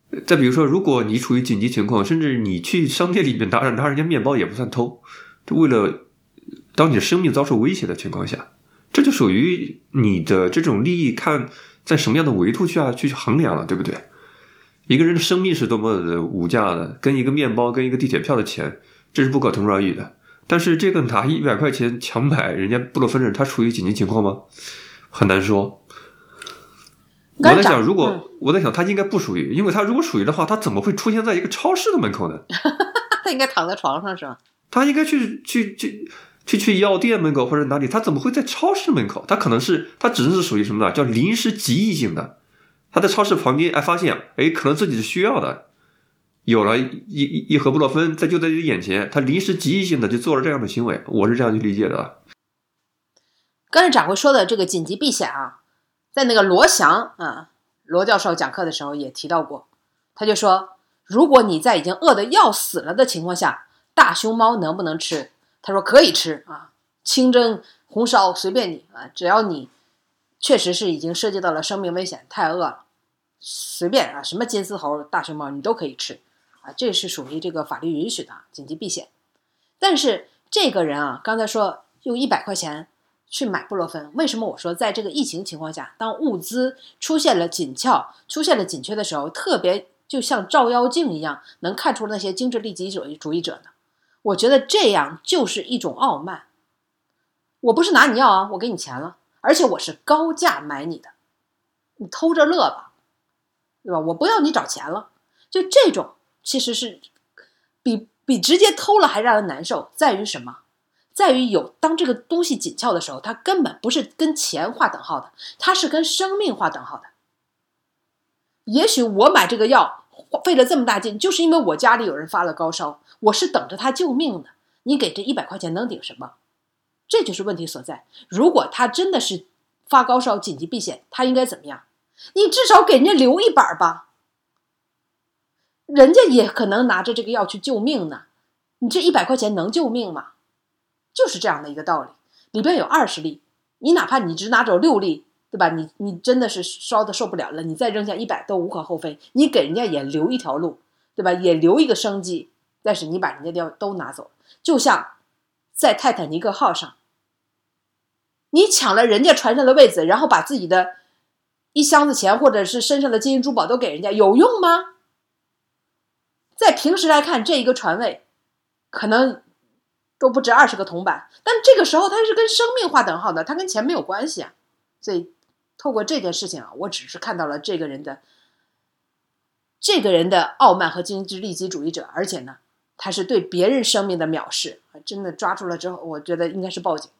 Speaker 1: 再比如说，如果你处于紧急情况，甚至你去商店里面拿人家面包也不算偷，就为了当你的生命遭受威胁的情况下，这就属于你的这种利益看在什么样的维度下去衡量了，对不对？一个人的生命是多么的无价的，跟一个面包跟一个地铁票的钱，这是不可同日而语的。但是这个拿100块钱强买人家布洛芬人，他处于紧急情况吗？很难说。我在想，我在想他应该不属于，因为他如果属于的话，他怎么会出现在一个超市的门口呢？
Speaker 2: 他应该躺在床上是吧？
Speaker 1: 他应该去药店门口或者哪里，他怎么会在超市门口？他只能是属于什么呢？叫临时极意性的。他在超市旁边发现可能自己是需要的，有了一盒布洛芬就在自己眼前，他临时极意性的就做了这样的行为，我是这样去理解的。
Speaker 2: 刚才掌柜说的这个紧急避险啊，在那个罗教授讲课的时候也提到过，他就说，如果你在已经饿得要死了的情况下，大熊猫能不能吃？他说可以吃啊，清蒸红烧随便你啊，只要你确实是已经涉及到了生命危险，太饿了，随便啊，什么金丝猴、大熊猫你都可以吃啊，这是属于这个法律允许的紧急避险。但是这个人啊，刚才说用100块钱去买布洛芬，为什么我说在这个疫情情况下，当物资出现了紧俏、出现了紧缺的时候，特别就像照妖镜一样，能看出那些精致利己主义者呢？我觉得这样就是一种傲慢。我不是拿你要啊，我给你钱了，而且我是高价买你的，你偷着乐吧，对吧？我不要你找钱了，就这种其实是比直接偷了还让人难受，在于什么？在于当这个东西紧俏的时候，它根本不是跟钱划等号的，它是跟生命划等号的。也许我买这个药费了这么大劲，就是因为我家里有人发了高烧，我是等着他救命的。你给这100块钱能顶什么？这就是问题所在。如果他真的是发高烧紧急避险，他应该怎么样？你至少给人家留一板吧，人家也可能拿着这个药去救命呢。你这100块钱能救命吗？就是这样的一个道理。里边有20粒，你哪怕你只拿走6粒，对吧？你真的是烧的受不了了，你再扔下100都无可厚非。你给人家也留一条路，对吧？也留一个生机。但是你把人家的药都拿走了，就像在泰坦尼克号上，你抢了人家船上的位子，然后把自己的一箱子钱或者是身上的金银珠宝都给人家，有用吗？在平时来看，这一个船位可能都不值20个铜板，但这个时候它是跟生命划等号的，它跟钱没有关系啊。所以透过这件事情啊，我只是看到了这个人的傲慢和精致利己主义者，而且呢，他是对别人生命的藐视，真的抓住了之后，我觉得应该是报警。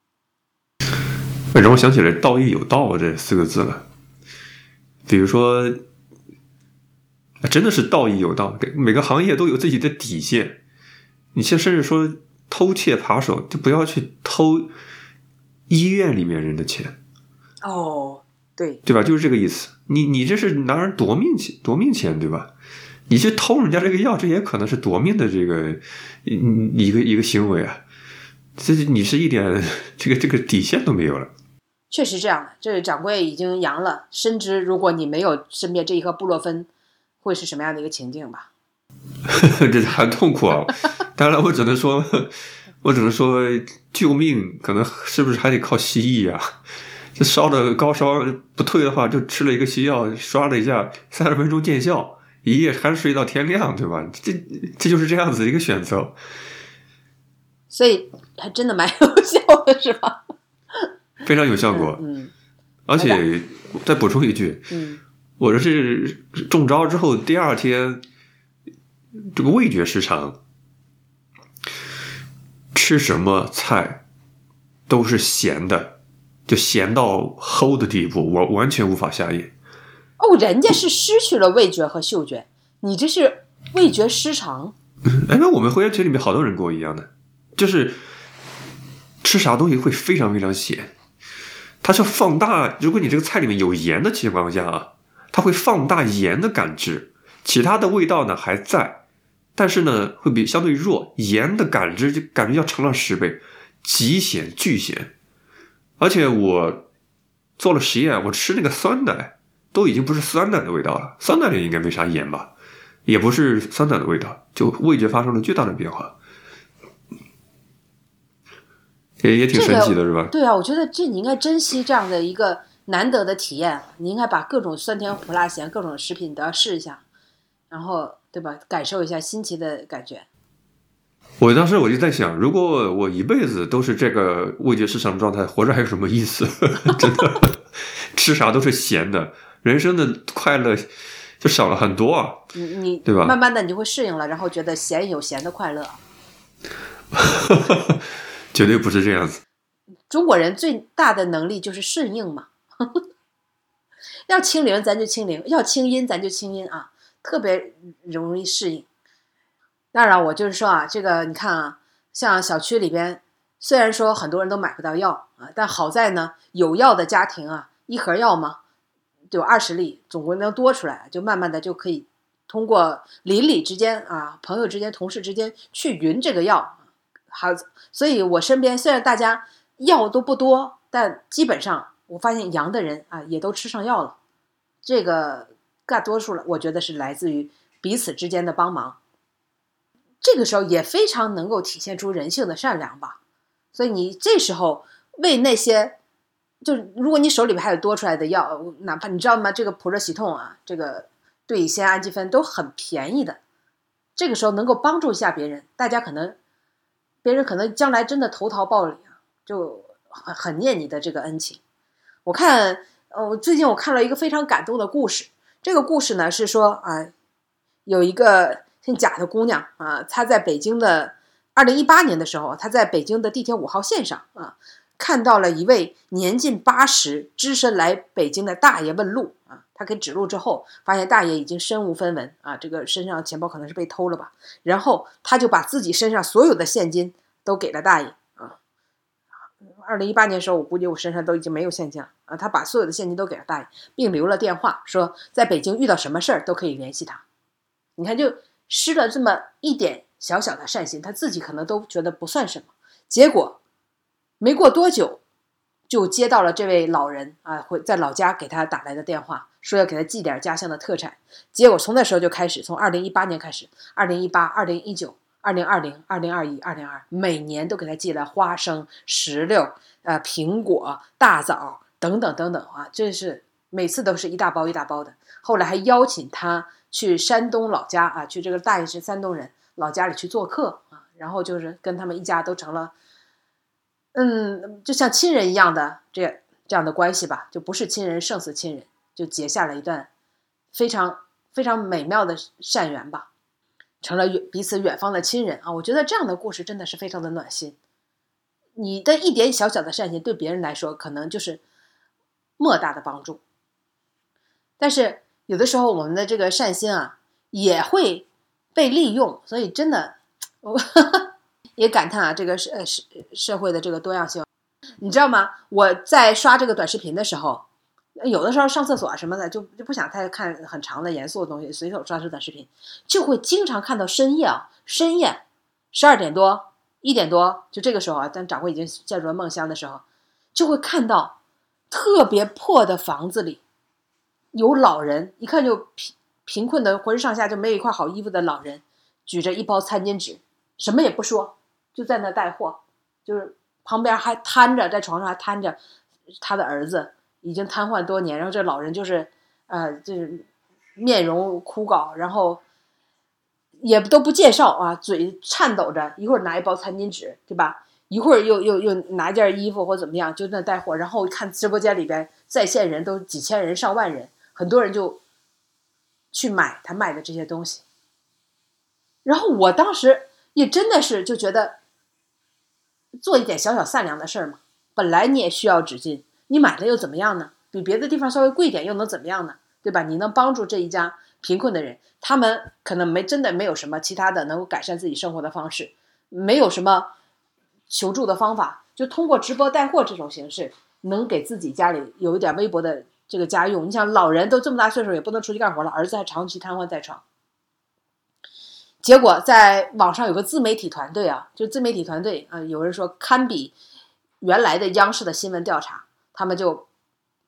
Speaker 1: 让我想起来道义有道这4个字了。比如说真的是道义有道，每个行业都有自己的底线。你甚至说偷窃扒手，就不要去偷医院里面人的钱。
Speaker 2: 哦，对
Speaker 1: 吧？就是这个意思。你这是拿人夺命钱，对吧？你去偷人家这个药，这也可能是夺命的这个一个行为啊。这你是一点这个底线都没有了。
Speaker 2: 确实这样的，这掌柜已经阳了，深知如果你没有身边这一盒布洛芬，会是什么样的一个情境吧？
Speaker 1: 这很痛苦啊！当然，我只能说救命，可能是不是还得靠西医啊？这烧的高烧不退的话，就吃了一个西药，刷了一下，30分钟见效，一夜酣睡到天亮，对吧？这就是这样子的一个选择。
Speaker 2: 所以还真的蛮有效的，是吧？
Speaker 1: 非常有效果。而且再补充一句，我这是中招之后第2天，这个味觉失常，吃什么菜都是咸的，就咸到齁的地步，我完全无法下咽。
Speaker 2: 哦，人家是失去了味觉和嗅觉，你这是味觉失常。
Speaker 1: 那我们会员群里面好多人跟我一样的，就是吃啥东西会非常非常咸。它是放大，如果你这个菜里面有盐的情况下啊，它会放大盐的感知，其他的味道呢还在，但是呢会比相对弱，盐的感知就感觉要乘了10倍，极巨咸。而且我做了实验，我吃那个酸奶， 都已经不是酸奶的味道了，酸奶里应该没啥盐吧，也不是酸奶的味道，就味觉发生了巨大的变化，也挺神奇的，是吧？
Speaker 2: 对啊，我觉得这你应该珍惜这样的一个难得的体验，你应该把各种酸甜苦辣咸各种食品都要试一下，然后对吧，感受一下新奇的感觉。
Speaker 1: 当时我就在想，如果我一辈子都是这个味觉市场状态，活着还有什么意思？真的，吃啥都是咸的，人生的快乐就少了很多啊。
Speaker 2: 你
Speaker 1: 对吧？
Speaker 2: 慢慢的你就会适应了，然后觉得咸有咸的快乐。
Speaker 1: 绝对不是这样子。
Speaker 2: 中国人最大的能力就是顺应嘛。要清零咱就清零，要清音咱就清音啊，特别容易适应。当然我就是说啊，这个你看啊，像小区里边虽然说很多人都买不到药啊，但好在呢有药的家庭啊，一盒药嘛就有20粒，总归能多出来，就慢慢的就可以通过邻里之间啊、朋友之间、同事之间去匀这个药。好，所以我身边虽然大家药都不多，但基本上我发现阳的人啊也都吃上药了。这个大多数了，我觉得是来自于彼此之间的帮忙。这个时候也非常能够体现出人性的善良吧。所以你这时候为那些，就如果你手里边还有多出来的药，哪怕你知道吗？这个普热喜痛啊，这个对乙酰氨基酚都很便宜的。这个时候能够帮助一下别人，别人可能将来真的投桃报李啊，就很念你的这个恩情。我看，最近我看了一个非常感动的故事。这个故事呢是说啊，有一个姓贾的姑娘啊，她在北京的2018年的时候，她在北京的地铁5号线上啊，看到了一位年近80、只身来北京的大爷问路啊。她给指路之后，发现大爷已经身无分文啊，这个身上钱包可能是被偷了吧。然后她就把自己身上所有的现金都给了大爷啊。2018年的时候，我估计我身上都已经没有现金了啊。她把所有的现金都给了大爷，并留了电话，说在北京遇到什么事儿都可以联系他。你看，就施了这么一点小小的善心，他自己可能都觉得不算什么，结果没过多久就接到了这位老人啊，会在老家给他打来的电话，说要给他寄点家乡的特产。结果从那时候就开始，从2018年开始，2018、2019、2020、2021、2022，每年都给他寄来花生、石榴、苹果、大枣等等等等啊，这是每次都是一大包一大包的。后来还邀请他去山东老家啊，去这个大爷是山东人，老家里去做客啊，然后就是跟他们一家都成了，就像亲人一样的这样的关系吧，就不是亲人胜似亲人，就结下了一段非常非常美妙的善缘吧，成了彼此远方的亲人啊。我觉得这样的故事真的是非常的暖心。你的一点小小的善心对别人来说可能就是莫大的帮助，但是有的时候我们的这个善心啊也会被利用，所以真的我也感叹啊，这个社会的这个多样性。你知道吗？我在刷这个短视频的时候，有的时候上厕所什么的就不想太看很长的严肃的东西，随手刷这短视频，就会经常看到深夜12点多1点多，就这个时候啊，当掌柜已经进入了梦乡的时候，就会看到特别破的房子里有老人，一看就贫困的，浑身上下就没有一块好衣服的老人，举着一包餐巾纸，什么也不说，就在那带货，就是旁边还瘫着，在床上还瘫着他的儿子，已经瘫痪多年，然后这老人就是面容枯槁，然后也都不介绍啊，嘴颤抖着，一会儿拿一包餐巾纸，对吧？一会儿又拿件衣服或怎么样，就那带货，然后看直播间里边在线人都几千人上万人，很多人就去买他卖的这些东西。然后我当时也真的是就觉得做一点小小善良的事儿嘛，本来你也需要纸巾，你买了又怎么样呢？比别的地方稍微贵点又能怎么样呢？对吧？你能帮助这一家贫困的人，他们可能真的没有什么其他的能够改善自己生活的方式，没有什么求助的方法，就通过直播带货这种形式，能给自己家里有一点微薄的这个家用。你想老人都这么大岁数也不能出去干活了，儿子还长期瘫痪在床。结果在网上有个自媒体团队啊，就自媒体团队啊，有人说堪比原来的央视的新闻调查，他们就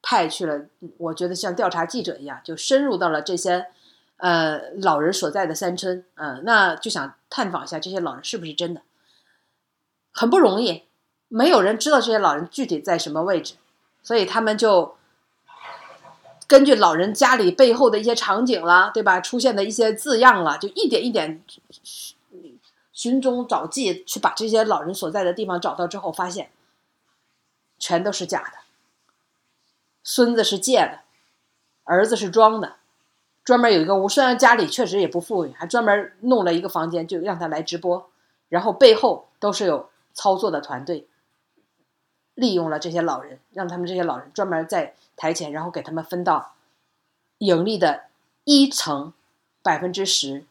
Speaker 2: 派去了，我觉得像调查记者一样，就深入到了这些老人所在的山村，那就想探访一下这些老人是不是真的。很不容易，没有人知道这些老人具体在什么位置，所以他们就根据老人家里背后的一些场景啦，对吧？出现的一些字样啦，就一点一点寻踪找迹，去把这些老人所在的地方找到之后，发现全都是假的。孙子是借的，儿子是装的，专门有一个屋，虽然家里确实也不富裕，还专门弄了一个房间，就让他来直播，然后背后都是有操作的团队，利用了这些老人，让他们这些老人专门在台前，然后给他们分到盈利的1层10%。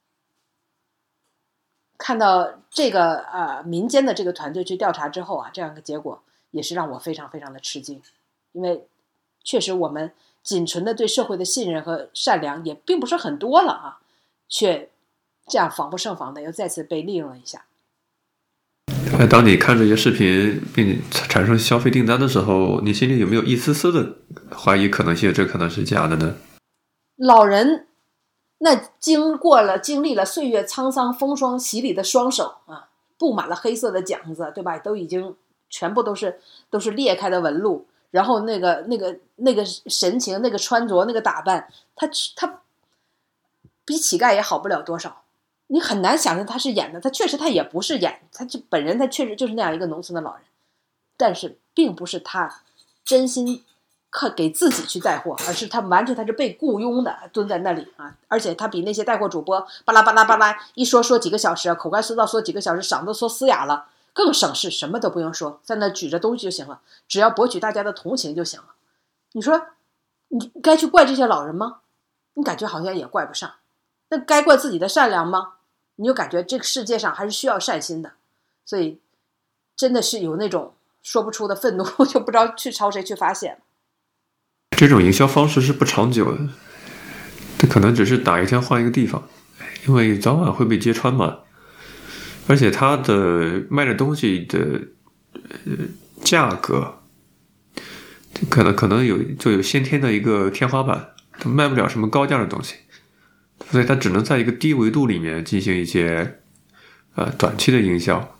Speaker 2: 看到这个民间的这个团队去调查之后啊，这样一个结果也是让我非常非常的吃惊，因为确实我们仅存的对社会的信任和善良也并不是很多了啊，却这样防不胜防的又再次被利用了一下。
Speaker 1: 当你看这些视频并产生消费订单的时候，你心里有没有一丝丝的怀疑可能性，这可能是假的呢？
Speaker 2: 老人那经历了岁月沧桑风霜洗礼的双手啊，布满了黑色的茧子，对吧？都已经全部都是裂开的纹路，然后那个神情，那个穿着，那个打扮，他比乞丐也好不了多少。你很难想象他是演的，他确实他也不是演，他就本人他确实就是那样一个农村的老人，但是并不是他真心给自己去带货，而是他完全他是被雇佣的，蹲在那里啊！而且他比那些带货主播巴拉巴拉巴拉一说几个小时，口干舌燥说几个小时，嗓子说嘶哑了，更省事，什么都不用说，在那举着东西就行了，只要博取大家的同情就行了。你说你该去怪这些老人吗？你感觉好像也怪不上。那该怪自己的善良吗？你就感觉这个世界上还是需要善心的。所以真的是有那种说不出的愤怒，就不知道去朝谁去发泄。
Speaker 1: 这种营销方式是不长久的，它可能只是打一天换一个地方，因为早晚会被揭穿嘛。而且它的卖的东西的价格可能有先天的一个天花板，它卖不了什么高价的东西，所以它只能在一个低维度里面进行一些短期的营销，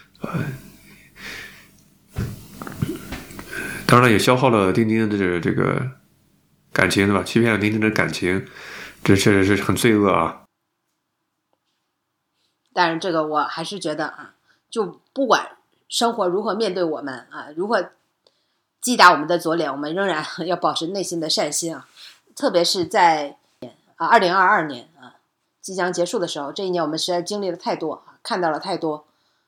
Speaker 1: 当然也消耗了钉钉的这个感情，对吧？欺骗了钉钉的感情，这确实是很罪恶啊。
Speaker 2: 但是这个我还是觉得啊，就不管生活如何面对我们啊，如何击打我们的左脸，我们仍然要保持内心的善心啊。特别是在2022年啊即将结束的时候，这一年我们实在经历了太多，看到了太多。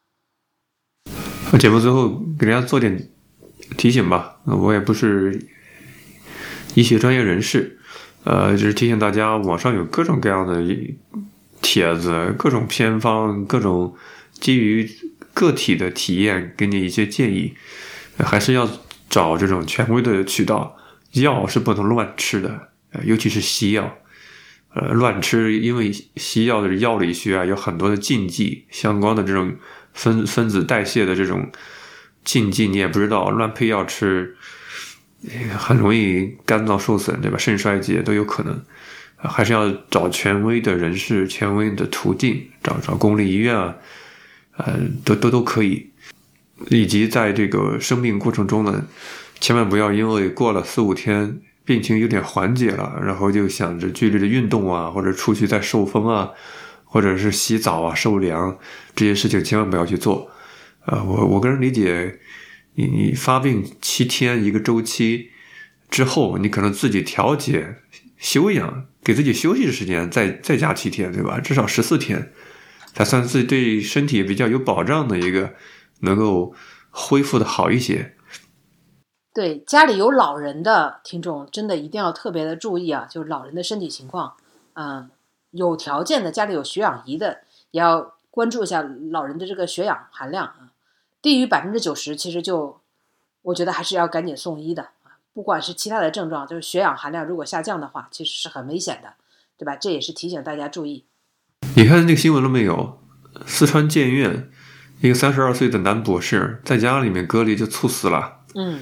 Speaker 1: 节目最后给大家做点提醒吧，我也不是医学专业人士，只是提醒大家，网上有各种各样的帖子，各种偏方，各种基于个体的体验给你一些建议，还是要找这种权威的渠道。药是不能乱吃的，尤其是西药，乱吃，因为西药的药理学有很多的禁忌，相关的这种分子代谢的这种禁忌你也不知道，乱配药吃很容易肝脏受损，对吧？肾衰竭都有可能。还是要找权威的人士，权威的途径，找公立医院啊，都可以。以及在这个生病过程中呢，千万不要因为过了4-5天病情有点缓解了，然后就想着剧烈的运动啊，或者出去再受风啊，或者是洗澡啊、受凉，这些事情千万不要去做。我个人理解，你发病7天一个周期之后，你可能自己调节、休养，给自己休息的时间再加7天，对吧？至少14天，才算是对身体比较有保障的一个，能够恢复的好一些。
Speaker 2: 对，家里有老人的听众真的一定要特别的注意啊，就是老人的身体情况，有条件的家里有血氧仪的也要关注一下老人的这个血氧含量啊，低于90%其实就我觉得还是要赶紧送医的。不管是其他的症状，就是血氧含量如果下降的话，其实是很危险的，对吧？这也是提醒大家注意。
Speaker 1: 你看这个新闻了没有？四川建院一个32岁的男博士在家里面隔离就猝死了。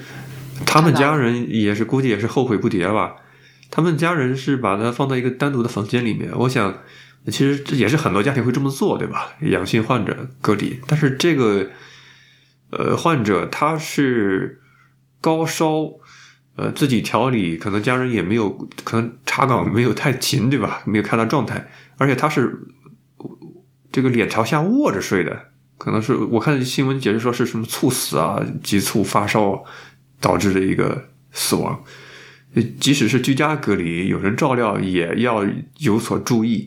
Speaker 1: 他们家人也是估计也是后悔不迭吧。他们家人是把它放在一个单独的房间里面，我想其实这也是很多家庭会这么做，对吧？阳性患者隔离，但是这个患者他是高烧，自己调理，可能家人也没有，可能查岗没有太勤，对吧？没有看他状态，而且他是这个脸朝下卧着睡的，可能是我看新闻解释说是什么猝死啊、急促发烧导致的一个死亡。即使是居家隔离，有人照料也要有所注意。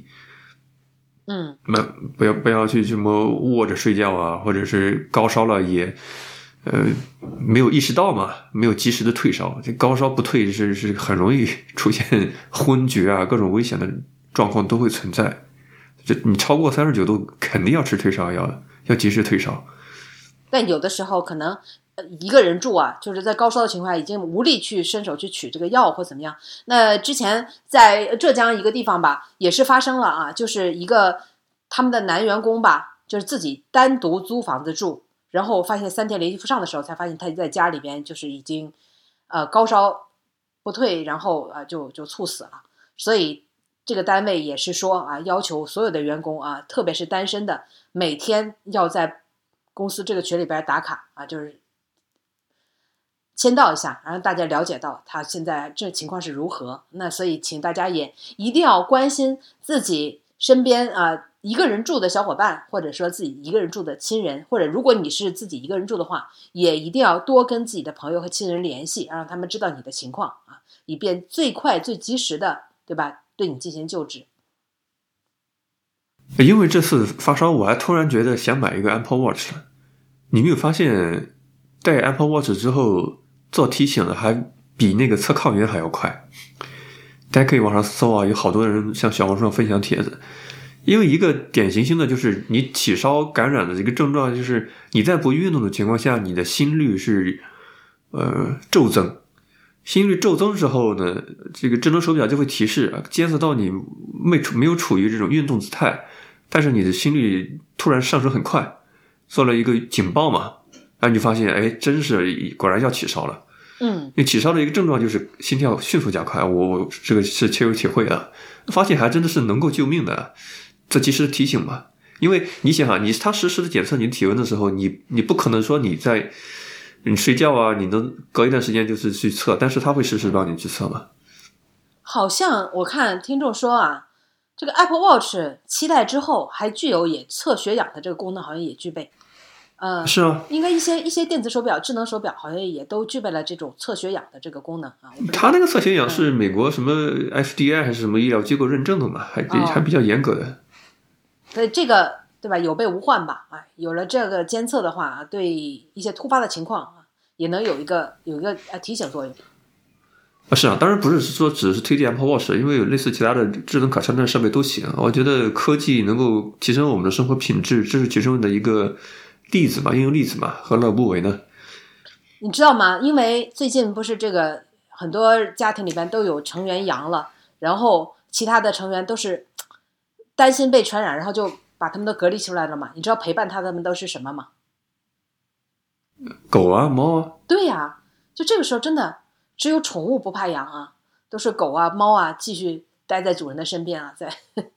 Speaker 1: 不要去什么卧着睡觉啊，或者是高烧了也没有意识到嘛，没有及时的退烧，这高烧不退是很容易出现昏厥啊，各种危险的状况都会存在。这你超过39度肯定要吃退烧药，要及时退烧。
Speaker 2: 但有的时候可能一个人住啊，就是在高烧的情况下已经无力去伸手去取这个药或怎么样。那之前在浙江一个地方吧，也是发生了啊，就是一个他们的男员工吧，就是自己单独租房子住，然后发现3天联系不上的时候，才发现他在家里边就是已经高烧不退，然后就猝死了。所以这个单位也是说啊，要求所有的员工啊，特别是单身的，每天要在公司这个群里边打卡啊，就是签到一下，让大家了解到他现在这情况是如何。那所以请大家也一定要关心自己身边一个人住的小伙伴，或者说自己一个人住的亲人，或者如果你是自己一个人住的话，也一定要多跟自己的朋友和亲人联系，让他们知道你的情况啊，以便最快最及时的，对吧，对你进行救治。
Speaker 1: 因为这次发烧，我还突然觉得想买一个 Apple Watch 了。你没有发现戴 Apple Watch 之后做提醒的还比那个测抗原还要快？大家可以网上搜啊，有好多人像小红书上分享帖子。因为一个典型性的就是你起烧感染的这个症状，就是你在不运动的情况下，你的心率是骤增。心率骤增之后呢，这个智能手表就会提示监测到你没有处于这种运动姿态，但是你的心率突然上升很快，做了一个警报嘛，然后你就发现哎，真是果然要起烧了。因为起烧的一个症状就是心跳迅速加快，我这个是切有体会的，发现还真的是能够救命的，这及时的提醒嘛。因为你想他实时的检测你的体温的时候，你不可能说你睡觉啊，你能隔一段时间就是去测，但是他会实时帮你去测嘛。好
Speaker 2: 像我看听众说啊，这个 Apple Watch 7代之后还具有也测血氧的这个功能，好像也具备。
Speaker 1: 是啊，
Speaker 2: 应该一些电子手表、智能手表好像也都具备了这种测血氧的这个功能啊。
Speaker 1: 它那个测血氧是美国什么 FDA 还是什么医疗机构认证的嘛，还比较严格的。
Speaker 2: 所以这个对吧，有备无患吧？有了这个监测的话，对一些突发的情况也能有一个提醒作用。
Speaker 1: 是啊，当然不是说只是推荐 Apple Watch， 因为有类似其他的智能可穿戴设备都行。我觉得科技能够提升我们的生活品质，这是其中的一个例子嘛，应用例子嘛，何乐不为呢？
Speaker 2: 你知道吗？因为最近不是这个很多家庭里边都有成员阳了，然后其他的成员都是担心被传染，然后就把他们都隔离出来了嘛。你知道陪伴他们都是什么吗？
Speaker 1: 狗啊，猫啊。对
Speaker 2: 呀，就这个时候真的只有宠物不怕阳啊，都是狗啊、猫啊，继续待在主人的身边啊，在。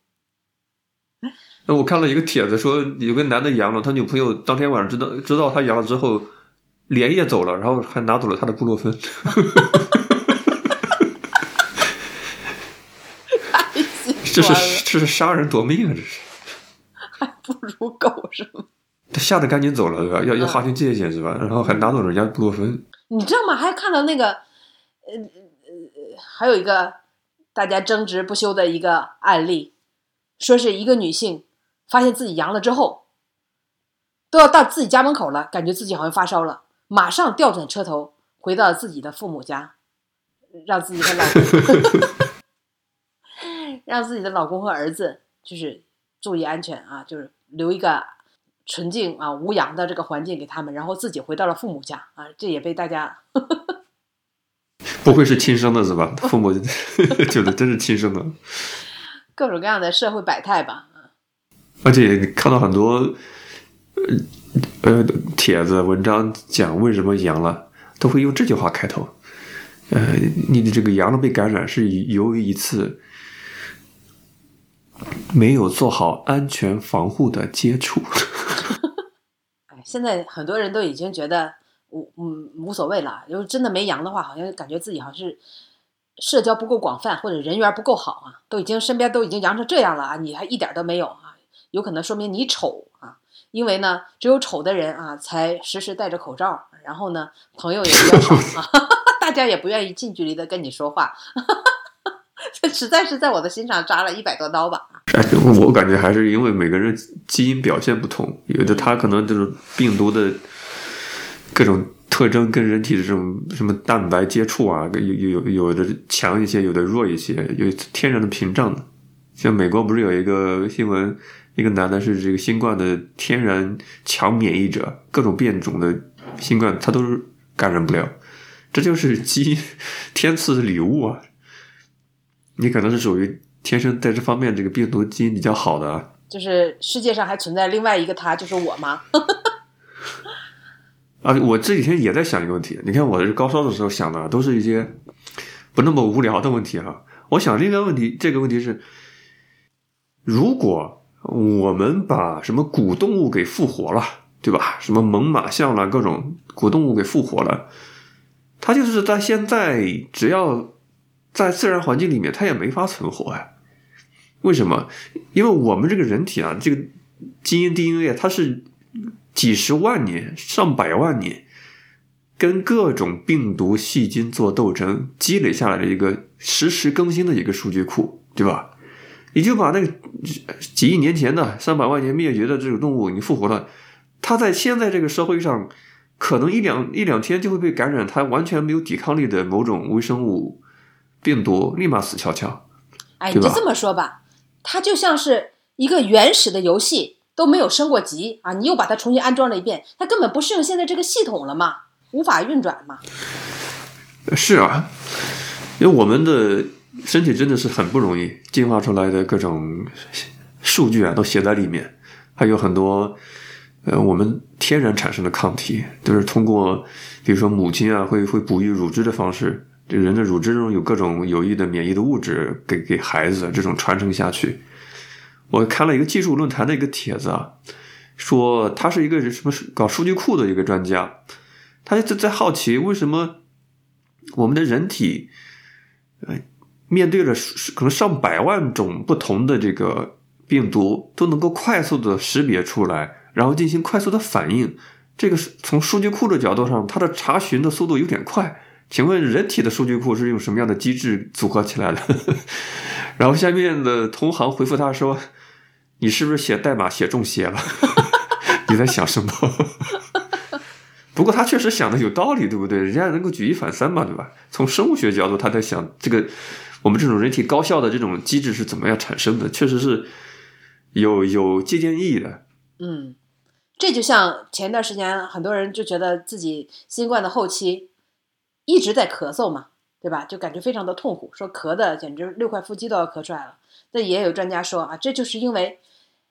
Speaker 1: 那我看了一个帖子说，有个男的阳了，他女朋友当天晚上知道他阳了之后，连夜走了，然后还拿走了他的布洛芬。这是杀人夺命啊！这是
Speaker 2: 还不如狗是吗？
Speaker 1: 他吓得赶紧走了，对吧？要划清界限是吧？然后还拿走人家布洛芬。
Speaker 2: 你知道吗？还看到那个还有一个大家争执不休的一个案例，说是一个女性发现自己阳了之后，都要到自己家门口了，感觉自己好像发烧了，马上调转车头回到自己的父母家，让自己的老公让自己的老公和儿子就是注意安全啊，就是留一个纯净啊无阳的这个环境给他们，然后自己回到了父母家啊，这也被大家
Speaker 1: 不会是亲生的是吧？父母觉得真是亲生的，
Speaker 2: 各种各样的社会百态吧。
Speaker 1: 而且看到很多帖子文章讲为什么阳了， 都会用这句话开头。你的这个羊被感染是由于一次没有做好安全防护的接触。
Speaker 2: 现在很多人都已经觉得无所谓了，如果真的没阳的话，好像感觉自己好像是社交不够广泛或者人缘不够好啊，身边都已经阳成这样了啊，你还一点都没有啊，有可能说明你丑啊，因为呢只有丑的人啊才时时戴着口罩，然后呢朋友也比较少啊，大家也不愿意近距离的跟你说话。这实在是在我的心上扎了100多刀吧。
Speaker 1: 我感觉还是因为每个人基因表现不同，有的他可能这种病毒的各种特征跟人体的这种什么蛋白接触啊，有的强一些，有的弱一些，有天然的屏障的。像美国不是有一个新闻，一个男的是这个新冠的天然强免疫者，各种变种的新冠他都是感染不了，这就是基因天赐的礼物啊。你可能是属于天生在这方面这个病毒基因比较好的啊。
Speaker 2: 就是世界上还存在另外一个他，就是我吗？
Speaker 1: 啊，我这几天也在想一个问题。你看我这高烧的时候想的都是一些不那么无聊的问题哈。我想这个问题是，如果我们把什么古动物给复活了，对吧？什么猛犸象啦，各种古动物给复活了，它就是在现在只要在自然环境里面，它也没法存活呀。为什么？因为我们这个人体啊，这个基因 DNA 它是几十万年、上百万年跟各种病毒细菌做斗争积累下来的一个实时更新的一个数据库，对吧？你就把那个几亿年前的300万年灭绝的这种动物你复活了，它在现在这个社会上可能一两天就会被感染，它完全没有抵抗力的某种微生物病毒，立马死翘翘。
Speaker 2: 哎，你就这么说吧，它就像是一个原始的游戏都没有升过级啊，你又把它重新安装了一遍，它根本不适应现在这个系统了嘛，无法运转嘛。
Speaker 1: 是啊，因为我们的身体真的是很不容易进化出来的各种数据啊，都写在里面，还有很多我们天然产生的抗体，就是通过比如说母亲啊会哺育乳汁的方式，这人的乳汁中有各种有益的免疫的物质给孩子这种传承下去。我看了一个技术论坛的一个帖子啊，说他是一个什么搞数据库的一个专家，他就在好奇为什么我们的人体面对了可能上百万种不同的这个病毒都能够快速的识别出来，然后进行快速的反应，这个从数据库的角度上它的查询的速度有点快。请问人体的数据库是用什么样的机制组合起来的？然后下面的同行回复他说，你是不是写代码写中邪了？你在想什么？不过他确实想的有道理，对不对？人家能够举一反三嘛，对吧？从生物学角度他在想这个我们这种人体高效的这种机制是怎么样产生的，确实是有借鉴意义的。
Speaker 2: 这就像前段时间很多人就觉得自己新冠的后期一直在咳嗽嘛，对吧？就感觉非常的痛苦，说咳的简直6块腹肌都要咳出来了。但也有专家说啊，这就是因为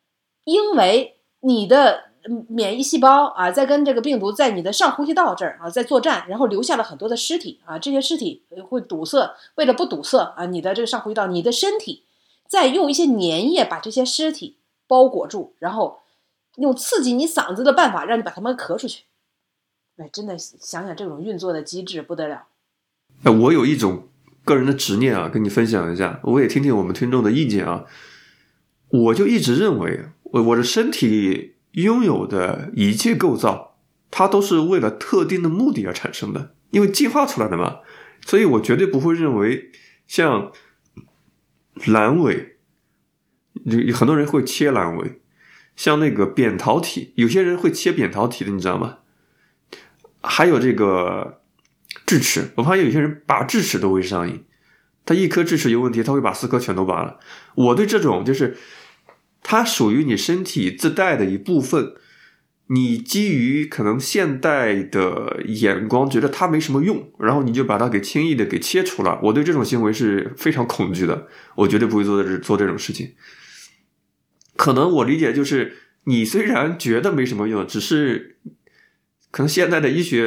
Speaker 2: 你的免疫细胞啊，在跟这个病毒在你的上呼吸道这儿啊在作战，然后留下了很多的尸体啊，这些尸体会堵塞，为了不堵塞啊你的这个上呼吸道，你的身体再用一些粘液把这些尸体包裹住，然后用刺激你嗓子的办法让你把它们咳出去。哎，真的想想这种运作的机制不得了。
Speaker 1: 我有一种个人的执念啊，跟你分享一下，我也听听我们听众的意见啊。我就一直认为我的身体拥有的一切构造，它都是为了特定的目的而产生的，因为进化出来的嘛，所以我绝对不会认为像阑尾，很多人会切阑尾，像那个扁桃体，有些人会切扁桃体的，你知道吗？还有这个智齿，我发现有些人拔智齿都会上瘾，他一颗智齿有问题，他会把4颗全都拔了。我对这种就是它属于你身体自带的一部分，你基于可能现代的眼光觉得它没什么用，然后你就把它给轻易的给切除了，我对这种行为是非常恐惧的，我绝对不会做这种事情。可能我理解就是你虽然觉得没什么用，只是可能现在的医学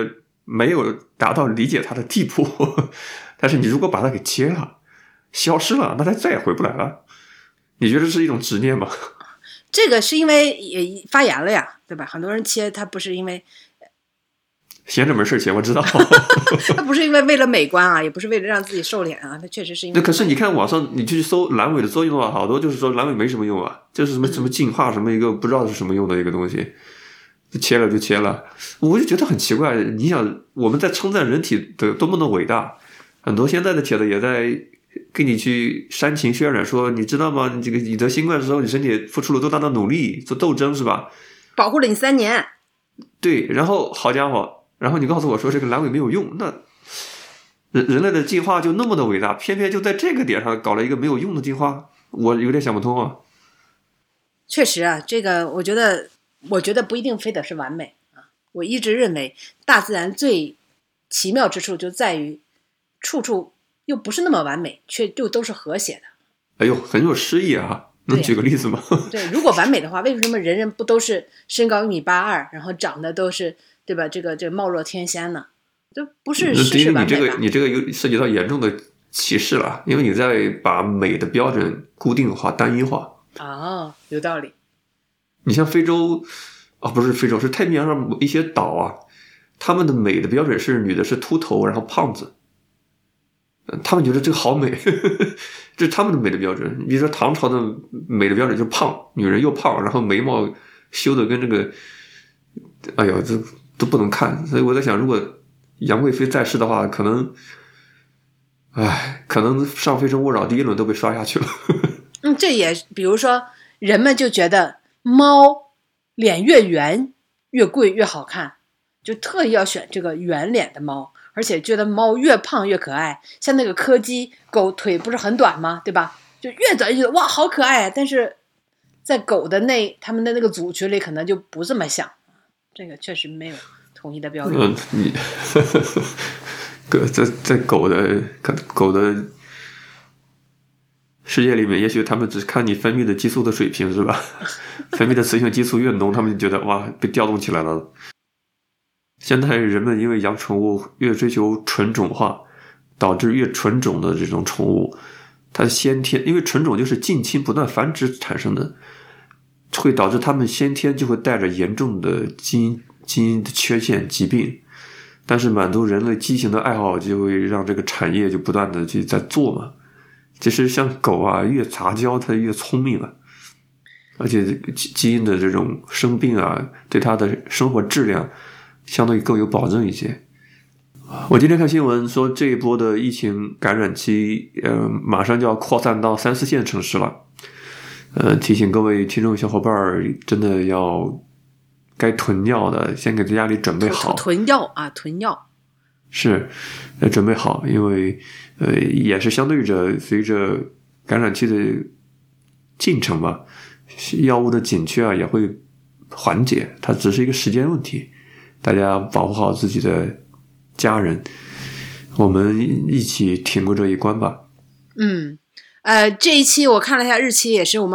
Speaker 1: 没有达到理解它的地步。但是你如果把它给切了，消失了，那它再也回不来了。你觉得是一种执念吗？
Speaker 2: 这个是因为也发炎了呀，对吧？很多人切它不是因为
Speaker 1: 闲着没事切，我知道。
Speaker 2: 它不是因为为了美观啊，也不是为了让自己瘦脸啊，它确实是因为。
Speaker 1: 可是你看网上你去搜阑尾的作用的话，好多就是说阑尾没什么用啊，就是什么净化什么一个不知道是什么用的一个东西，就切了就切了。我就觉得很奇怪，你想我们在称赞人体的多么的伟大，很多现在的帖子也在给你去煽情渲染，说你知道吗？你这个你得新冠的时候，你身体付出了多大的努力做斗争是吧？
Speaker 2: 保护了你3年。
Speaker 1: 对，然后好家伙，然后你告诉我说这个阑尾没有用，那人类的进化就那么的伟大，偏偏就在这个点上搞了一个没有用的进化，我有点想不通啊。
Speaker 2: 确实啊，这个我觉得不一定非得是完美啊。我一直认为大自然最奇妙之处就在于处处又不是那么完美，却又都是和谐的。
Speaker 1: 哎呦，很有诗意啊！能举个例子吗？
Speaker 2: 对，如果完美的话，为什么人人不都是身高1.82米，然后长得都是对吧？这个貌若天仙呢？这不是事实完美吧？
Speaker 1: 你这个又涉及到严重的歧视了，因为你在把美的标准固定化、单一化。
Speaker 2: 哦，有道理。
Speaker 1: 你像非洲啊，不是非洲，是太平洋上一些岛啊，他们的美的标准是女的是秃头，然后胖子。他们觉得这个好美，这是他们的美的标准。比如说唐朝的美的标准就是胖，女人又胖，然后眉毛修的跟这个，哎呦，这都不能看。所以我在想，如果杨贵妃在世的话，可能上非诚勿扰第1轮都被刷下去了。
Speaker 2: 这也比如说，人们就觉得猫脸越圆越贵越好看，就特意要选这个圆脸的猫。而且觉得猫越胖越可爱，像那个柯基狗腿不是很短吗？对吧？就越短越哇好可爱。但是在狗的他们的那个组群里，可能就不这么想。这个确实没有统一的标准。
Speaker 1: 在狗的世界里面，也许他们只看你分泌的激素的水平是吧？分泌的雌性激素越浓，他们就觉得哇被调动起来了。现在人们因为养宠物越追求纯种化，导致越纯种的这种宠物，它先天因为纯种就是近亲不断繁殖产生的，会导致它们先天就会带着严重的基因的缺陷疾病。但是满足人类畸形的爱好，就会让这个产业就不断的去在做嘛。其实像狗啊，越杂交它越聪明了，而且基因的这种生病啊，对它的生活质量相对更有保证一些。我今天看新闻说，这一波的疫情感染期，马上就要扩散到3、4线城市了。提醒各位听众小伙伴，真的要该囤药的，先给家里准备好。
Speaker 2: 囤药啊，囤药
Speaker 1: 是，准备好，因为也是相对着随着感染期的进程吧，药物的紧缺啊也会缓解，它只是一个时间问题。大家保护好自己的家人，我们一起挺过这一关吧。
Speaker 2: 这一期我看了一下日期，也是我们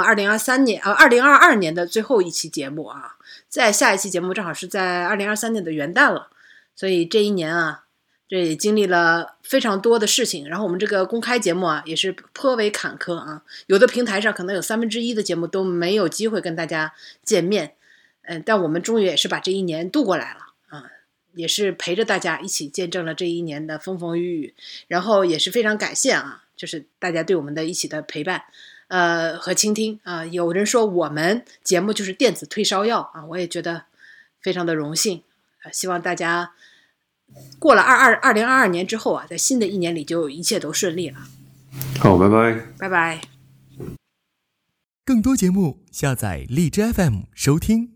Speaker 2: 2022年的最后一期节目啊。在下一期节目正好是在2023年的元旦了，所以这一年啊，这也经历了非常多的事情。然后我们这个公开节目啊，也是颇为坎坷啊。有的平台上可能有1/3的节目都没有机会跟大家见面，但我们终于也是把这一年度过来了。也是陪着大家一起见证了这一年的风风雨雨，然后也是非常感谢啊，就是大家对我们的一起的陪伴，和倾听啊。有人说我们节目就是电子退烧药啊，我也觉得非常的荣幸。希望大家过了2022年之后啊，在新的一年里就一切都顺利了。
Speaker 1: 好，拜拜，
Speaker 2: 拜拜。
Speaker 3: 更多节目下载荔枝 FM 收听。